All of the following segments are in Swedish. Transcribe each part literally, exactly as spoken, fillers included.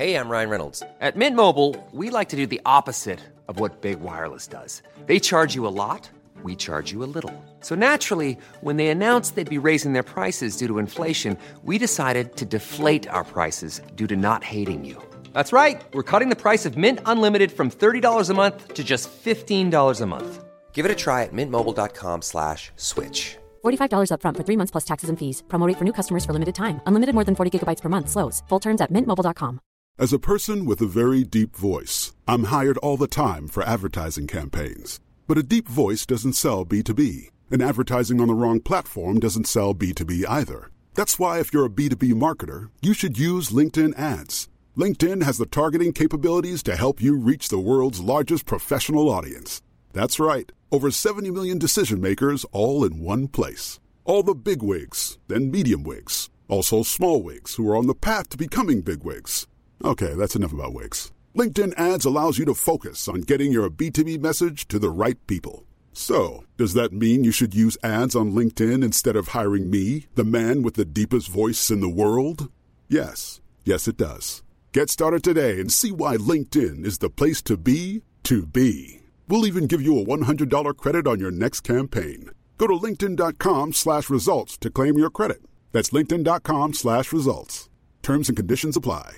Hey, I'm Ryan Reynolds. At Mint Mobile, we like to do the opposite of what Big Wireless does. They charge you a lot, we charge you a little. So naturally, when they announced they'd be raising their prices due to inflation, we decided to deflate our prices due to not hating you. That's right. We're cutting the price of Mint Unlimited from thirty dollars a month to just fifteen dollars a month. Give it a try at mintmobile.com slash switch. forty-five dollars up front for three months plus taxes and fees. Promo rate for new customers for limited time. Unlimited more than forty gigabytes per month. Slows full terms at mint mobile dot com. As a person with a very deep voice, I'm hired all the time for advertising campaigns. But a deep voice doesn't sell B two B. And advertising on the wrong platform doesn't sell B two B either. That's why if you're a B two B marketer, you should use LinkedIn ads. LinkedIn has the targeting capabilities to help you reach the world's largest professional audience. That's right. Over seventy million decision makers all in one place. All the big wigs, then medium wigs. Also small wigs who are on the path to becoming big wigs. Okay, that's enough about wigs. LinkedIn ads allows you to focus on getting your B two B message to the right people. So, does that mean you should use ads on LinkedIn instead of hiring me, the man with the deepest voice in the world? Yes. Yes, it does. Get started today and see why LinkedIn is the place to be to be. We'll even give you a one hundred dollars credit on your next campaign. Go to linkedin.com slash results to claim your credit. That's linkedin.com slash results. Terms and conditions apply.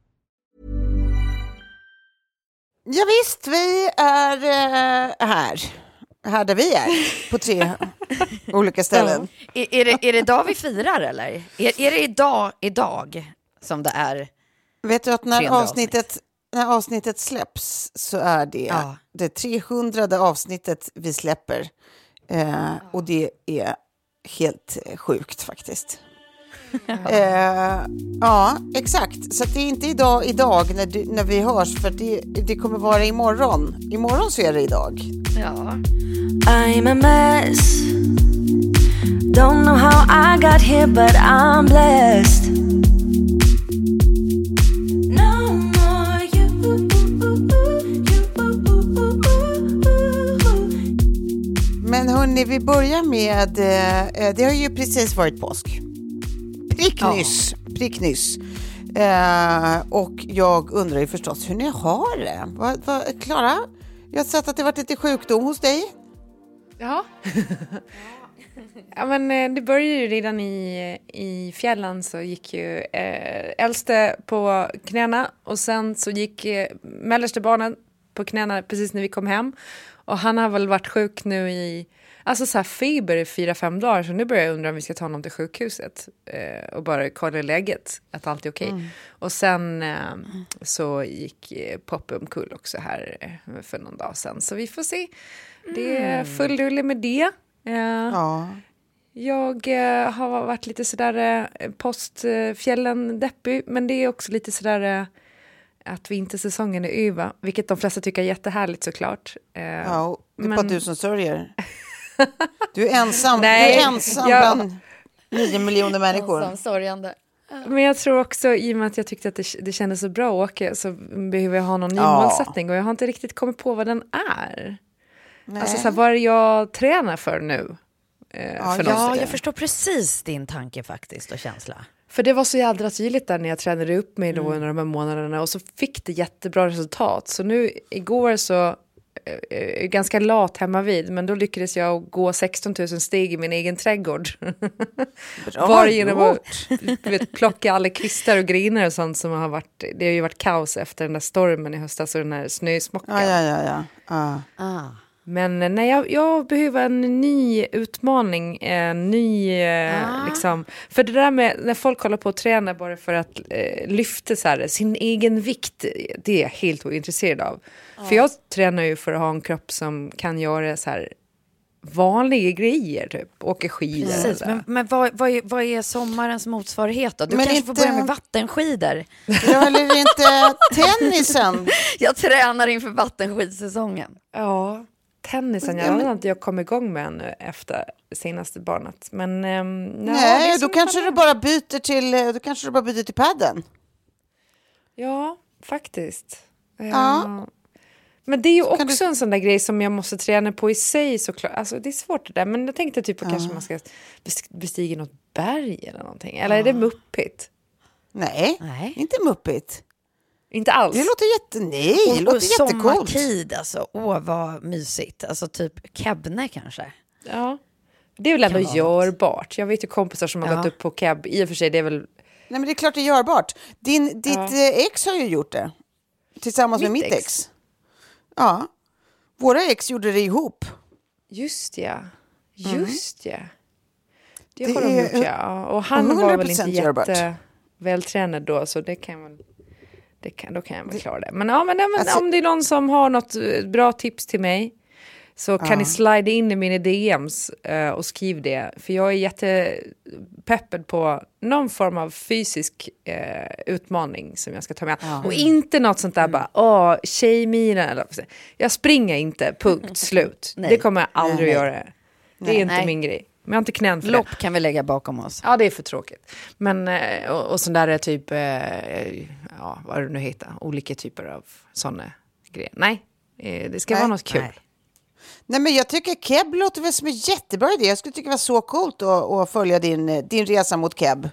Ja visst, vi är äh, här. Här där vi är. På tre olika ställen. Ja. Är, är, det, är det idag vi firar eller? Är, är det idag, idag som det är? Vet du att när avsnittet, avsnitt. när avsnittet släpps så är det ja. det trehundrade avsnittet vi släpper. Eh, och det är helt sjukt faktiskt. Ja. Eh, ja, exakt. Så det är inte idag, idag när, du, när vi hörs, för det, det kommer vara imorgon. Imorgon så är det idag. Ja. I'm a mess. Don't know how I got here, but I'm blessed. No more you. Men hörni, vi börjar med, eh, det har ju precis varit påsk. Prick nyss, ja. prick nyss. Eh, och jag undrar ju förstås hur ni har det. Vad, vad, Klara, jag har sett att det varit lite sjukdom hos dig. Ja. Ja, men det började ju redan i, i fjällen, så gick ju eh, äldste på knäna och sen så gick eh, mellersta barnen på knäna precis när vi kom hem. Och han har väl varit sjuk nu i, alltså så här feber i fyra, fem dagar. Så nu börjar jag undra om vi ska ta honom till sjukhuset eh, och bara kolla läget, att allt är okej. Okay. Mm. Och sen eh, så gick eh, Poppe omkull också här eh, för någon dag sedan. Så vi får se. Det är full rulle med det. Eh, ja. Jag eh, har varit lite sådär eh, postfjällen eh, deppig. Men det är också lite sådär eh, att vintersäsongen är över. Vilket de flesta tycker är jättehärligt såklart. Eh, ja, det är men... bara du som sörjer. Du är ensam, Nej, du är ensam jag... bland nio miljoner människor. Ensam sörjande. Men jag tror också, i och med att jag tyckte att det, det kändes så bra att åka, så behöver jag ha någon ny ja. målsättning. Och jag har inte riktigt kommit på vad den är. Nej. Alltså så här, vad är det jag tränar för nu? Eh, ja, för ja jag förstår precis din tanke faktiskt och känsla. För det var så jädra tydligt där när jag tränade upp mig då mm. under de här månaderna. Och så fick det jättebra resultat. Så nu igår så är ganska lat hemma vid. Men då lyckades jag gå sexton tusen steg i min egen trädgård. Bra Bara genom att vet, plocka alla kvistar och griner och sånt som har varit. Det har ju varit kaos efter den där stormen i höstas och den här snösmockan. Ja, ja, ja. ja. Ah. Ah. Men nej, jag, jag behöver en ny utmaning, en ny ah. liksom, för det där med när folk håller på att träna bara för att eh, lyfta så här, sin egen vikt, det är jag helt ointresserad av. Ah. För jag tränar ju för att ha en kropp som kan göra så här vanliga grejer, typ åka skidor. Precis, men, men vad, vad, är, vad är sommarens motsvarighet då? Du men kanske inte... får börja med vattenskidor. Ja, eller inte tennisen. Jag tränar inför vattenskidsäsongen. Ja. Tennisen, jag vet inte jag kom igång med ännu efter senaste barnet. Men um, nej, då kanske du bara byter till då kanske du bara byter till padden. Ja, faktiskt. Ja. Uh, men det är ju så också du... en sån där grej som jag måste träna på i sig, såklart. Alltså det är svårt det där, men jag tänkte typ på ja. kanske man ska bestiga något berg eller någonting. Eller ja. är det muppigt? Nej, Nej, inte muppigt. Inte alls. Det låter jätte... Nej, det och, låter och jättekult. sommartid, alltså. Åh, vad mysigt. Alltså typ Kebne kanske. Ja. Det är väl ändå görbart. Jag vet ju kompisar som har Ja. gått upp på cab. I och för sig, det är väl... Nej, men det är klart det är görbart. Din, ditt Ja. eh, ex har ju gjort det. Tillsammans med Mitt mitt ex? ex. Ja. Våra ex gjorde det ihop. Just ja. Just ja. Det, Det har de är gjort, ja. Och han var hundra väl inte procent görbart. jättevältränad då, så det kan väl... Det kan, då kan jag väl klara det. Men, ja, men, nej, men Alltså- om det är någon som har något eh, bra tips till mig så kan ni slida in i mina D Ms eh, och skriv det. För jag är jättepeppad på någon form av fysisk eh, utmaning som jag ska ta med. Och inte något sånt där bara, åh, tjejmilen. Eller, jag springer inte, punkt, slut. Det kommer jag aldrig Nej, att nej. göra. Det är inte Nej. min grej. Men jag har inte knän för det. Lopp kan vi lägga bakom oss. Ja, det är för tråkigt. Men, eh, och, och sån där är typ, eh, ja, vad det nu heter, olika typer av såna grejer. Nej, eh, det ska Nej. vara något kul. Nej. Nej, men jag tycker Keb låter väl som en jättebra idé. Jag skulle tycka det var så coolt att, att följa din, din resa mot Keb.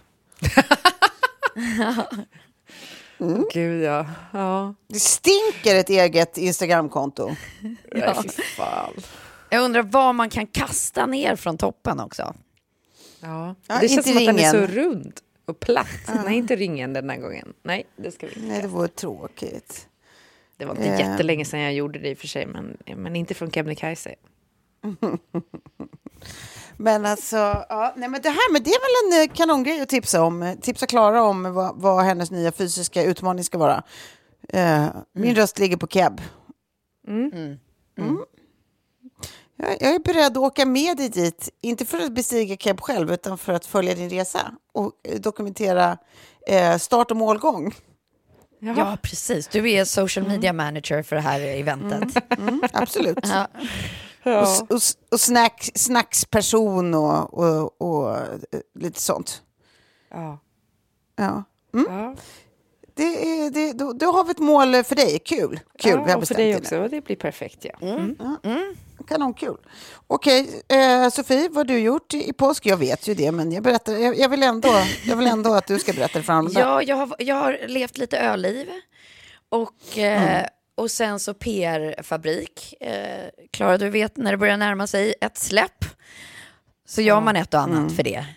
Gud, ja. Ja, Det stinker ett eget Instagramkonto. ja. Fy fan. Jag undrar vad man kan kasta ner från toppen också. Ja. Ja, Det känns inte som att den är så ringen. rund och platt. Nej, inte ringen den här gången. Nej, det ska vi inte. Nej, det vore tråkigt. Det var inte Eh. jättelänge sedan jag gjorde det i och för sig, men, men inte från Kebnekaise. Men alltså, ja, nej, men det här men det är väl en eh, kanongrej att tipsa om. Tipsa Klara om vad, vad hennes nya fysiska utmaning ska vara. Eh, min röst ligger på Keb. Mm. Jag, jag är beredd att åka med dig dit, inte för att bestiga Keb själv, utan för att följa din resa och eh, dokumentera eh, start och målgång. Ja, precis. Du är social media manager för det här eventet. Mm, absolut. Ja. Och, och, och snack, snacksperson och, och, och eh, lite sånt. Ja. Ja. Ja. Det är, det, då, då har vi ett mål för dig. Kul. Kul, vi har Ja, och för bestämt dig det också. Det blir perfekt, ja. Mm. nu. Kanonkul. Okej, eh, Sofie, vad har du gjort i, i påsk? Jag vet ju det, men jag, berättar, jag, jag, vill ändå, jag vill ändå att du ska berätta det för andra. Ja, jag har, jag har levt lite öliv. Och, eh, och sen så P R-fabrik. Eh, Klara, du vet när det börjar närma sig ett släpp så gör man ett och annat för det.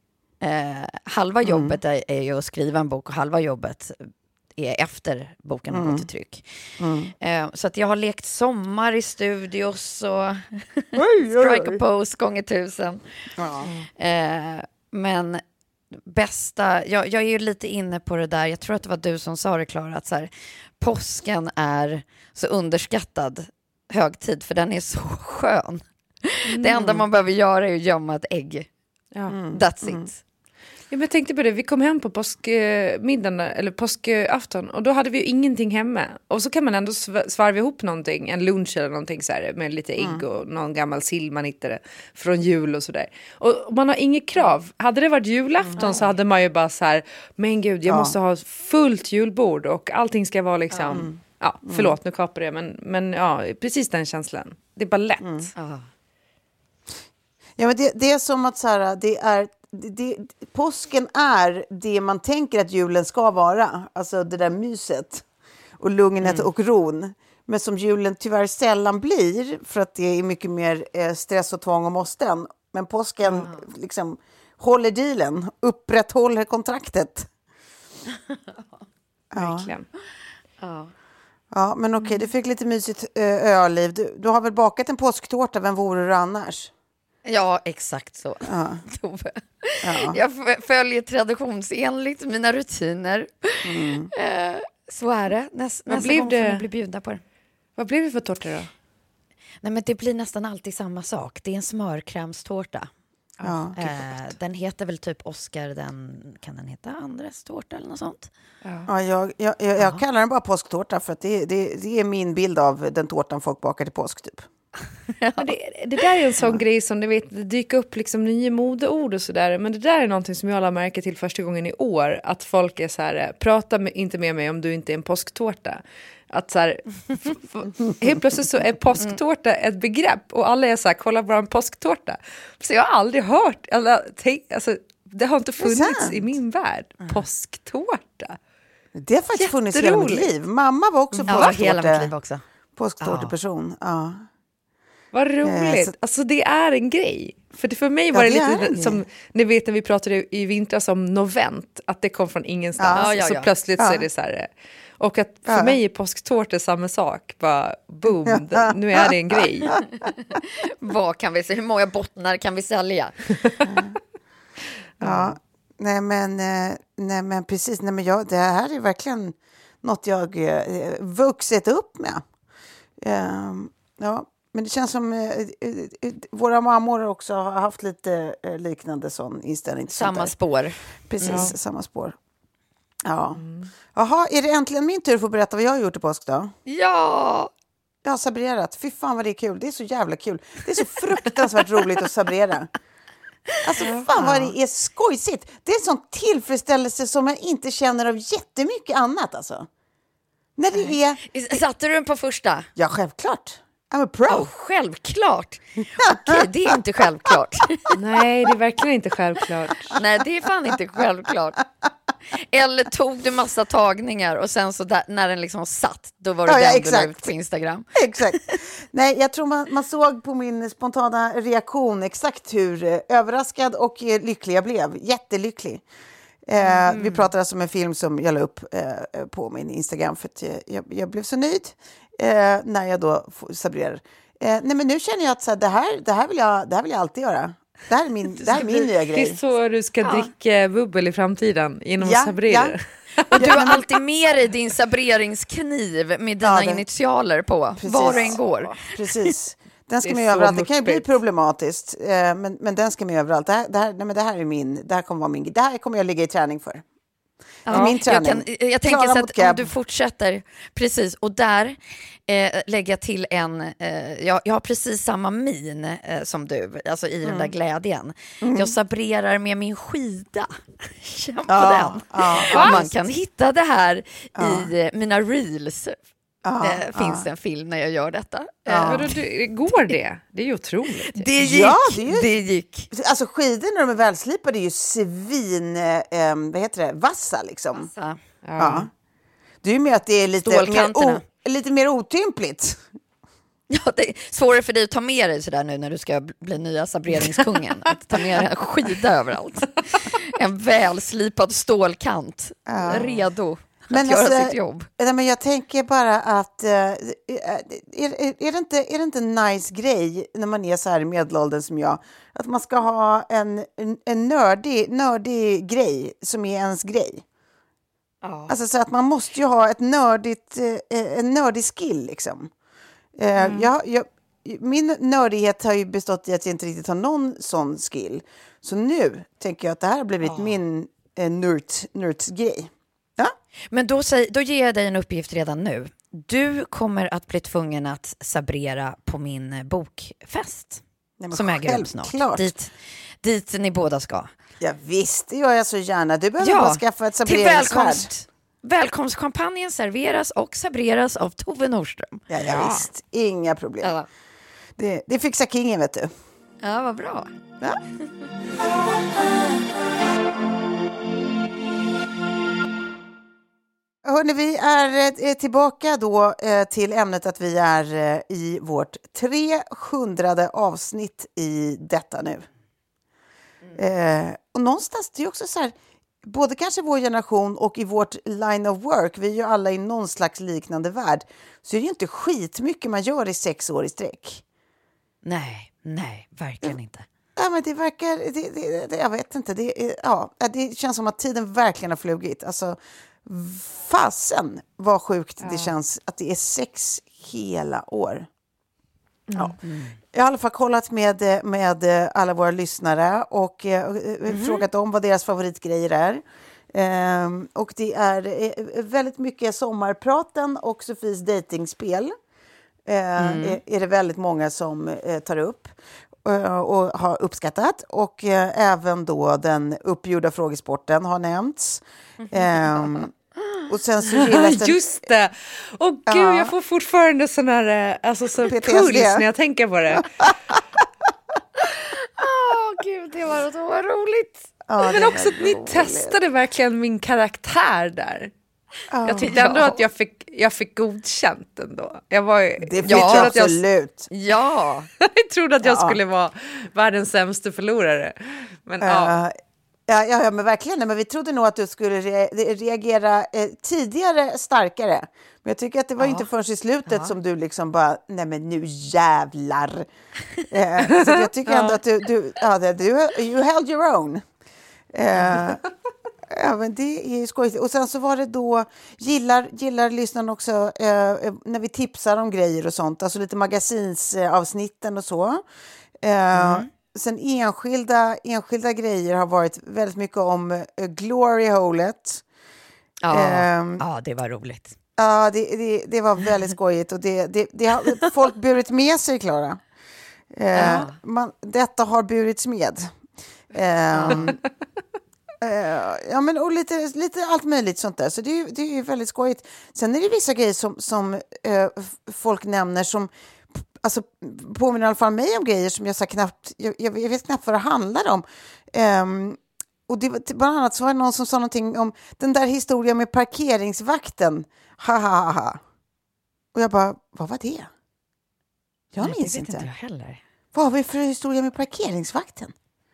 Eh, halva jobbet är, är ju att skriva en bok och halva jobbet är efter boken har gått till tryck. Eh, så att jag har lekt sommar i studios och strike a pose gånger tusen. Ja. Eh, men bästa, jag, jag är ju lite inne på det där, jag tror att det var du som sa det, Klara, att så här, påsken är så underskattad högtid för den är så skön. Det enda man behöver göra är att gömma ett ägg. Ja. That's it. Ja, men jag tänkte på det, vi kom hem på påskmiddagen eller påskafton och då hade vi ju ingenting hemma. Och så kan man ändå sv- svarva ihop någonting, en lunch eller någonting så här, med lite ägg och någon gammal sill man hittade från jul och sådär. Och man har inget krav. Hade det varit julafton så hade man ju bara så här, men gud, jag Ja. måste ha fullt julbord och allting ska vara liksom, ja, förlåt nu kapar det, men, men ja, precis den känslan. Det är bara lätt. Ja. Ja, men det, det är som att så här, det är, det, det, påsken är det man tänker att julen ska vara. Alltså det där myset och lugnet och ron. Men som julen tyvärr sällan blir för att det är mycket mer eh, stress och tvång och måsten. Men påsken liksom håller dealen, upprätthåller kontraktet. Verkligen. Ja. Ja, men okej, du fick lite mysigt eh, öliv. Du, du har väl bakat en påsktårta, vem vore du annars? Ja, exakt så. Ja. Tove. Ja. Jag f- följer traditionsenligt mina rutiner. Eh, så är det. Näs, Vad nästa blev gång får det? ni bli bjudna på det. Vad blev det för tårta då? Nej, men det blir nästan alltid samma sak. Det är en smörkrämstårta. Ja. Eh, den heter väl typ Oscar, den, kan den heta Andres tårta eller något sånt? Ja, jag, jag, jag, jag kallar den bara påsktårta för att det, det, det är min bild av den tårtan folk bakar till påsk typ. Men det, det där är en sån grej som du vet, det dyker upp liksom nya modeord och sådär. Men det där är någonting som jag alla märker till första gången i år. Att folk är så här, prata med, inte med mig om du inte är en påsktårta. Att så här, f- f- helt plötsligt så är påsktårta ett begrepp. Och alla är så här, kolla på en påsktårta. Så jag har aldrig hört, eller, tänk, alltså, det har inte funnits sant? i min värld. Påsktårta. Det har faktiskt funnits hela mitt liv. Mamma var också ja, hela mitt liv också. Påsktårteperson. Ja. Vad roligt. Så, alltså det är en grej. För, det, för mig var ja, det, det lite som, ni vet när vi pratade i vintras om novent, att det kom från ingenstans. Ja, ja, ja. Så plötsligt ja. så är det så här. Och att för ja. mig är påsktårta samma sak. Bara boom, ja. nu är det en grej. Vad kan vi se? Hur många bottnar kan vi sälja? ja, nej men, nej men precis. Nej men jag, det här är verkligen något jag eh, vuxit upp med. Um, ja. Men det känns som eh, eh, våra mammor också har haft lite eh, liknande sån inställning. Samma spår. Precis, ja. samma spår. Ja. Mm. Jaha, är det äntligen min tur för att berätta vad jag har gjort i påsk då? Ja! Jag har sabrerat. Fy fan vad det är kul. Det är så jävla kul. Det är så fruktansvärt roligt att sabrera. Alltså fan vad det är skojsigt. Det är en sån tillfredsställelse som jag inte känner av jättemycket annat alltså. När det är... Satte du den på första? Ja, självklart. I'm a pro. Oh, självklart. Okej, det är inte självklart. Nej, det är verkligen inte självklart. Nej, det är fan inte självklart. Eller tog du massa tagningar och sen så där, när den liksom satt, då var det ja, den ja, du la ut på Instagram. Exakt. Nej, jag tror man, man såg på min spontana reaktion exakt hur eh, överraskad och eh, lycklig jag blev. Jättelycklig. Eh, mm. Vi pratade alltså om en film som jag la upp eh, på min Instagram för att jag, jag blev så nöjd. Eh, när jag då sabrerar. Eh, nej men nu känner jag att så här, det, här, det, här vill jag, det här vill jag alltid göra. Det här är min, det här är min nya grej. Det är så du ska ja. dricka bubbel i framtiden genom ja, att sabrera. Ja. Och du har alltid med dig din sabreringskniv med dina ja, det, initialer på. Precis. Var du än går. Precis. Den ska med överallt. Det kan ju bli problematiskt. Eh, men, men den ska med överallt. Det här, det här, nej, men det här är min. Det här kommer vara min. Det här kommer jag ligga i träning för. Ja, min jag, kan, jag tänker så att om du fortsätter, precis, och där eh, lägga till en, eh, jag, jag har precis samma min eh, som du, alltså i mm. den där glädjen. Mm. Jag sabrerar med min skida. Känn på ja, den. Ja, ja, man kan hitta det här ja. i mina reels. Ja, det ja. finns en film när jag gör detta. Ja. Men det, går det? Det är ju otroligt. Det gick. Ja, det, är ju, det gick. Alltså skidor när de är välslipade är ju svin, eh, vad heter det, vassa liksom. Vassa. Ja. Ja. Det är ju mer att det är lite mer, o, lite mer otympligt. Ja, det är svårare för dig att ta med dig sådär nu när du ska bli nya sabreringskungen. Att ta med en skida överallt. En välslipad stålkant. Ja. Redo. Men, alltså, göra sitt jobb. Nej, men jag tänker bara att äh, är, är, det inte, är det inte en nice grej när man är så här i medelåldern som jag, att man ska ha en, en, en nördig, nördig grej som är ens grej. Ja. Alltså så att man måste ju ha ett nördigt, äh, en nördig skill liksom. Äh, mm. jag, jag, min nördighet har ju bestått i att jag inte riktigt har någon sån skill. Så nu tänker jag att det här har blivit ja. min äh, nörd, nördsgrej. Ja? Men då, säg, då ger jag dig en uppgift redan nu. Du kommer att bli tvungen att sabrera på min bokfest. Nej, som äger rum snart. Dit, dit ni båda ska. Ja visst, det gör jag så gärna. Du behöver ja, bara skaffa ett sabreringsvärd. Välkomst, välkomstkampanjen serveras och sabreras av Tove Nordström. Ja, ja, ja. Visst, inga problem. Ja. Det, det fixar kingen, vet du. Ja, vad bra. Ja. Hörrni, vi är tillbaka då till ämnet att vi är i vårt trehundrade avsnitt i detta nu. Mm. Eh, och någonstans, det är också så här, både kanske vår generation och i vårt line of work, vi är ju alla i någon slags liknande värld, så är det ju inte skitmycket man gör i sex år i sträck. Nej, nej, verkligen inte. Ja, men det verkar, det, det, det, jag vet inte, det, ja, det känns som att tiden verkligen har flugit. Alltså, fasen vad sjukt ja. det känns att det är sex hela år. Mm. Ja. Mm. Jag har i alla fall kollat med, med alla våra lyssnare och eh, mm. frågat om vad deras favoritgrejer är. Ehm, och det är eh, väldigt mycket sommarpraten och Sofies datingspel. Eh, mm. är, är det väldigt många som eh, tar upp eh, och har uppskattat. Och eh, även då den uppgjorda frågesporten har nämnts. Mm. Eh, och sen så den... Just det! Åh gud, ja. Jag får fortfarande sån här alltså, så puls när jag tänker på det. Åh oh, gud, det var så roligt. Ja, men också att ni testade verkligen min karaktär där. Oh, jag tyckte ändå ja. att jag fick, jag fick godkänt ändå. Jag var, det fick ja, jag absolut. Ja. Jag trodde att jag ja. skulle vara världens sämsta förlorare. Men, uh, ja. Ja, ja, ja, men verkligen. Men vi trodde nog att du skulle re- reagera eh, tidigare, starkare. Men jag tycker att det var ja. inte förrän i slutet ja. som du liksom bara, nej men nu jävlar. eh, så jag tycker ändå ja. att du, du, ja, du, you held your own. Eh, ja, men det är ju skojigt. Och sen så var det då, gillar, gillar lyssnaren också eh, när vi tipsar om grejer och sånt. Alltså lite magasinsavsnitten och så. Eh, mm. Sen enskilda, enskilda grejer har varit väldigt mycket om uh, Glory-hålet. Ja, um, ja, det var roligt. Ja, det, det, det var väldigt skojigt. Och det, det, det har folk burit med sig, Klara. Uh, ja. man, detta har burits med. Um, uh, ja, men och lite, lite allt möjligt sånt där. Så det, det är ju väldigt skojigt. Sen är det vissa grejer som, som uh, folk nämner som... Alltså påminner i alla fall mig om grejer som jag sa knappt, jag, jag vet knappt vad det handlar om. Um, och det var bland annat så var det någon som sa någonting om den där historien med parkeringsvakten. Ha ha ha ha. Och jag bara, vad var det? Jag Nej, minns det vet inte. inte jag heller. Vad har vi för historia med parkeringsvakten?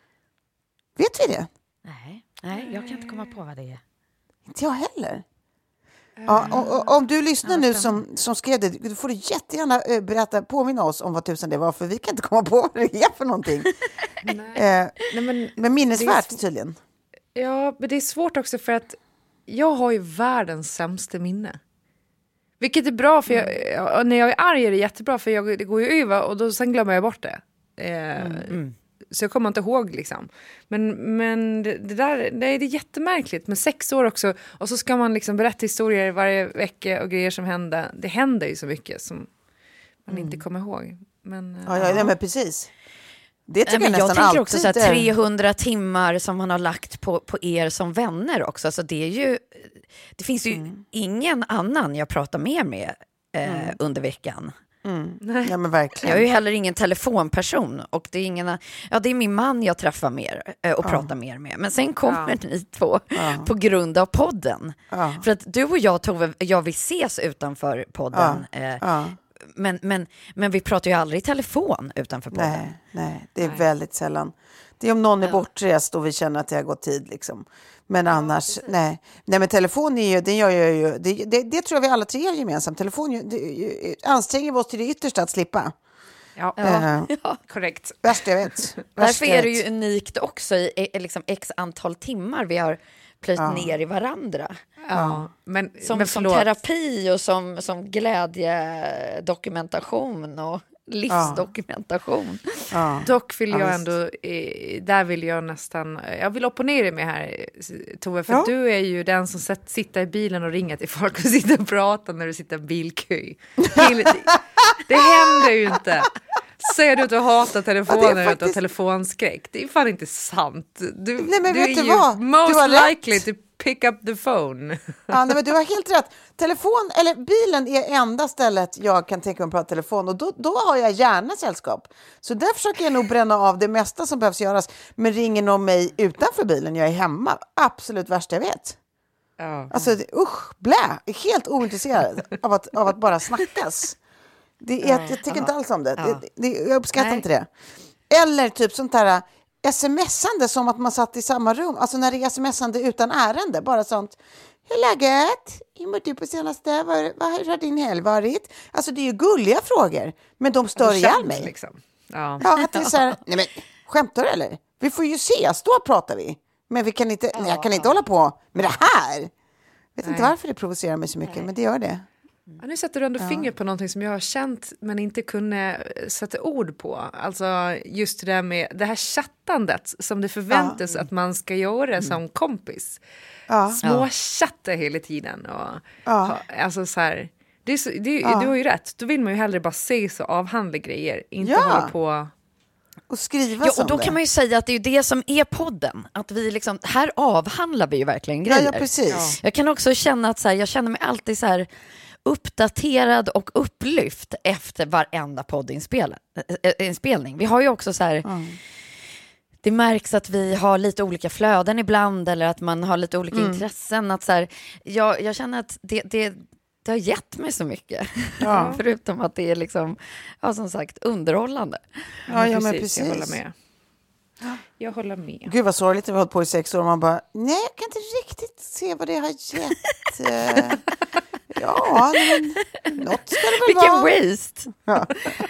Vet vi det? Nej, Nej jag kan inte komma på vad det är. Inte jag heller. Ja, och, och, om du lyssnar nu som, som skrev det, då får du jättegärna äh, berätta, påminna oss om vad tusen det var, för vi kan inte komma på vad det är för någonting. Nej. Eh, Nej, men, men minnesvärt sv- tydligen. Ja, men det är svårt också för att jag har ju världens sämsta minne. Vilket är bra, för jag, mm. när jag är arg är det jättebra, för jag, det går ju över och då, sen glömmer jag bort det. Eh, mm. Mm. Så jag kommer inte ihåg liksom. Men, men det, det där det är, det är jättemärkligt. Med sex år också. Och så ska man liksom berätta historier varje vecka och grejer som händer. Det händer ju så mycket som man mm. inte kommer ihåg. Men, ja, ja, ja, men precis. Det tycker jag, jag nästan tänker också så här, trehundra timmar som han har lagt på, på er som vänner också. Så det är ju, det finns ju mm. ingen annan jag pratar mer med eh, mm. under veckan. Mm. Ja, men verkligen. Jag är ju heller ingen telefonperson och det är ingen, ja, det är min man jag träffar mer och ja. pratar mer med. Men sen kommer ja. ni två ja. på grund av podden. Ja. För att du och jag, Tove, jag vill ses utanför podden. Ja. Ja. Men, men, men vi pratar ju aldrig i telefon utanför podden. Nej, nej det är nej. väldigt sällan. Det är om någon är bortrest och vi känner att det har gått tid liksom. Men annars, ja, nej. Nej, men telefon är ju, det gör jag ju, det, det, det tror jag vi alla tre har gemensamt. Telefon det, anstränger oss till det yttersta att slippa. Ja, uh, ja. korrekt. Värst jag vet. Därför är det ju unikt också i liksom x antal timmar vi har plöjt ja. ner i varandra. Ja, men, som, men som terapi och som, som glädjedokumentation och livsdokumentation. Ja. Dock vill jag ja, ändå, där vill jag nästan, jag vill opponera mig här, Tove, för ja. du är ju den som sätt, sitter i bilen och ringer till folk och sitter och pratar när du sitter i bilkö. Det händer ju inte. Säger du att du hatar telefoner ja, faktiskt... och telefonskräck? Det är fan inte sant. Du, nej, men du vet är du ju vad? most du likely to pick up the phone. Ja, nej, men du har helt rätt. Telefon, eller bilen är enda stället jag kan tänka mig att prata telefon. Och då, då har jag gärna sällskap. Så där försöker jag nog bränna av det mesta som behövs göras. Men ringer någon mig utanför bilen, jag är hemma. Absolut värsta jag vet. Ja. Alltså, usch, blä. Helt ointresserad av att, av att bara snackas. Det är, jag, jag tycker inte alls om det. det, det jag uppskattar Nej. inte det. Eller typ sånt här smsande som att man satt i samma rum. Alltså när det är smsande utan ärende. Bara sånt. Hur är läget? Hur mår du på senaste? Vad, vad har din helg varit? Alltså det är ju gulliga frågor. Men de stör ihjäl mig. Liksom. Ja. Ja, att det är så här, nej men skämtar du eller? Vi får ju ses, då pratar vi. Men vi kan inte, nej, jag kan inte hålla på med det här. Jag vet nej. inte varför det provocerar mig så mycket, nej. men det gör det. Ja, nu sätter du ändå ja. finger på någonting som jag har känt men inte kunde sätta ord på. Alltså just det där med det här chattandet som det förväntas ja. att man ska göra mm. som kompis. Ja. Små chattar hela tiden. Och, ja. Alltså så här, det är så, det, ja. du har ju rätt. Då vill man ju hellre bara se så avhandla grejer. Inte ja. hålla på... Och skriva ja, och då det. kan man ju säga att det är ju det som är podden. Att vi liksom, här avhandlar vi ju verkligen grejer. Ja, ja precis. Ja. Jag kan också känna att så här, jag känner mig alltid så här uppdaterad och upplyft efter varenda poddinspelning. Vi har ju också så här mm. det märks att vi har lite olika flöden ibland eller att man har lite olika mm. intressen. Att så här, jag, jag känner att det, det, det har gett mig så mycket. Ja. Förutom att det är liksom, ja, som sagt, underhållande. Ja, ja, men precis. Jag håller med. Jag håller med. Gud vad sorgligt, vi har hållit på i sex år och man bara, nej, jag kan inte riktigt se vad det har gett. Ja, men något ska det väl Vilken vara. Vilken waste. Ja.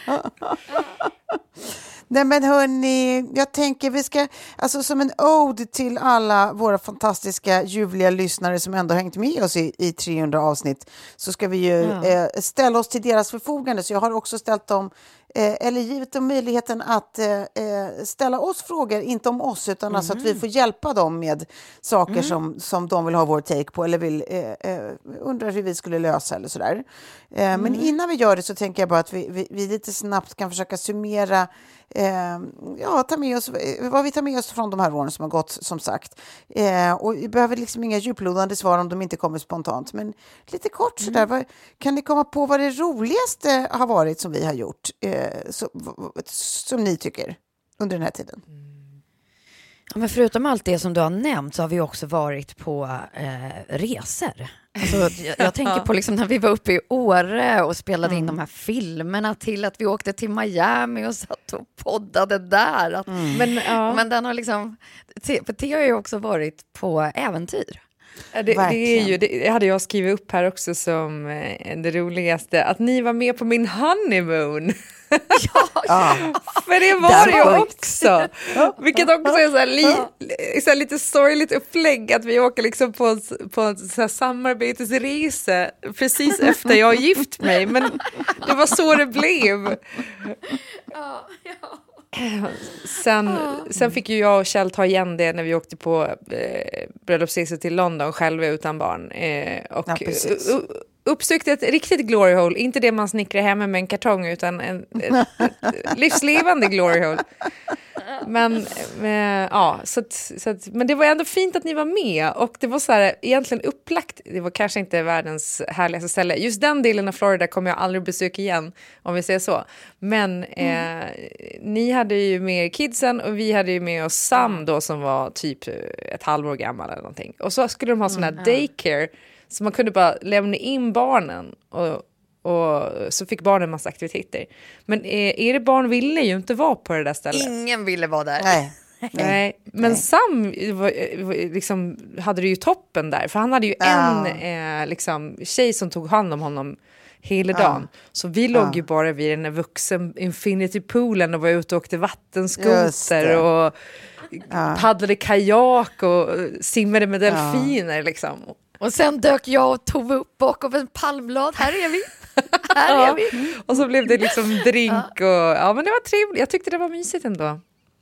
Nej men hörni, jag tänker vi ska, alltså som en ode till alla våra fantastiska ljuvliga lyssnare som ändå hängt med oss i, i trehundra avsnitt, så ska vi ju ja. eh, ställa oss till deras förfogande. Så jag har också ställt dem, eh, eller givit dem möjligheten att eh, ställa oss frågor, inte om oss utan mm. alltså att vi får hjälpa dem med saker mm. som, som de vill ha vår take på eller vill eh, eh, undrar hur vi skulle lösa eller sådär. Eh, mm. Men innan vi gör det så tänker jag bara att vi, vi, vi lite snabbt kan försöka summera Eh, ja, ta med oss, vad vi tar med oss från de här åren som har gått, som sagt. Eh, och vi behöver liksom inga djuplodande svar om de inte kommer spontant. Men lite kort mm. sådär, vad, kan ni komma på vad det roligaste har varit som vi har gjort? Eh, så, v- som ni tycker under den här tiden? Ja, men förutom allt det som du har nämnt så har vi också varit på eh, resor. Alltså, jag, jag tänker på liksom när vi var uppe i Åre och spelade mm. in de här filmerna till att vi åkte till Miami och satt och poddade där. Att, mm. men, ja. men den har liksom, för det har ju också varit på äventyr. Ja, det, det, är ju, det hade jag skrivit upp här också som eh, det roligaste, att ni var med på min honeymoon. Ja, ja. För det var det ju också. Vilket också är så här li, så här lite sorgligt upplägg att vi åker liksom på, på en så här samarbetsresa precis efter jag har gift mig. Men det var så det blev. Ja, ja. Sen, sen fick ju jag och Kjell ta igen det när vi åkte på eh, bröllopsresor till London själva utan barn. Eh, och ja, u- u- uppsökte ett riktigt glory hole. Inte det man snickrar hemma med en kartong utan en ett, ett livslevande glory hole. Men, men ja, så att, så att, men det var ändå fint att ni var med. Och det var så här, egentligen upplagt. Det var kanske inte världens härligaste ställe. Just den delen av Florida kommer jag aldrig besöka igen, om vi säger så. Men mm. eh, ni hade ju med kidsen och vi hade ju med oss Sam då, som var typ ett halvår gammal eller någonting. Och så skulle de ha sån här mm. daycare, så man kunde bara lämna in barnen och och så fick barnen en massa aktiviteter. Men er barn ville ju inte vara på det där stället. Ingen ville vara där. Nej. Nej. Men Nej. Sam var, liksom, hade det ju toppen där. För han hade ju ja. en eh, liksom, tjej som tog hand om honom hela dagen. Ja. Så vi låg ja. ju bara vid den här vuxen infinity poolen och var ute och åkte vattenskoter och ja. paddlade kajak och simmade med delfiner ja. liksom. Och sen dök jag och tog upp bakom en palmblad. Här är vi. Här ja. är vi. Och så blev det liksom drink och ja, men det var trevligt. Jag tyckte det var mysigt ändå.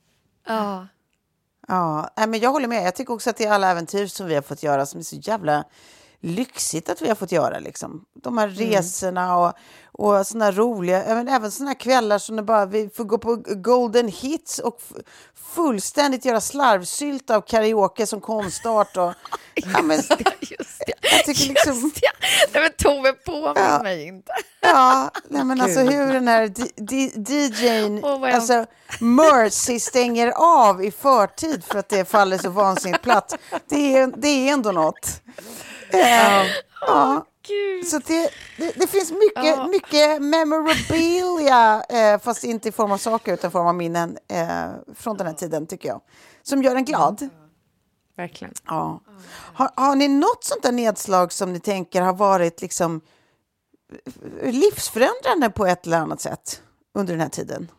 Ja. Ja, men jag håller med. Jag tycker också att det är alla äventyr som vi har fått göra som är så jävla lyxigt att vi har fått göra liksom. De här resorna och, och såna roliga, även, även såna kvällar som det bara, vi får gå på golden hits och f- fullständigt göra slarvsylt av karaoke som konstart och ja, men, just det, just det. Jag tycker liksom, just det. Nej, men Tove på ja, mig inte. Ja, nej, men alltså hur den här D- D- D J:n oh, alltså Mercy stänger av i förtid för att det faller så vansinnigt platt. Det är, det är ändå något. Ja, ja. Gud. Så det, det, det finns mycket, ja. mycket memorabilia, eh, fast inte i form av saker utan i form av minnen eh, från den här tiden, tycker jag. Som gör en glad. Verkligen. Ja. Har, har ni något sånt där nedslag som ni tänker har varit liksom livsförändrande på ett eller annat sätt under den här tiden?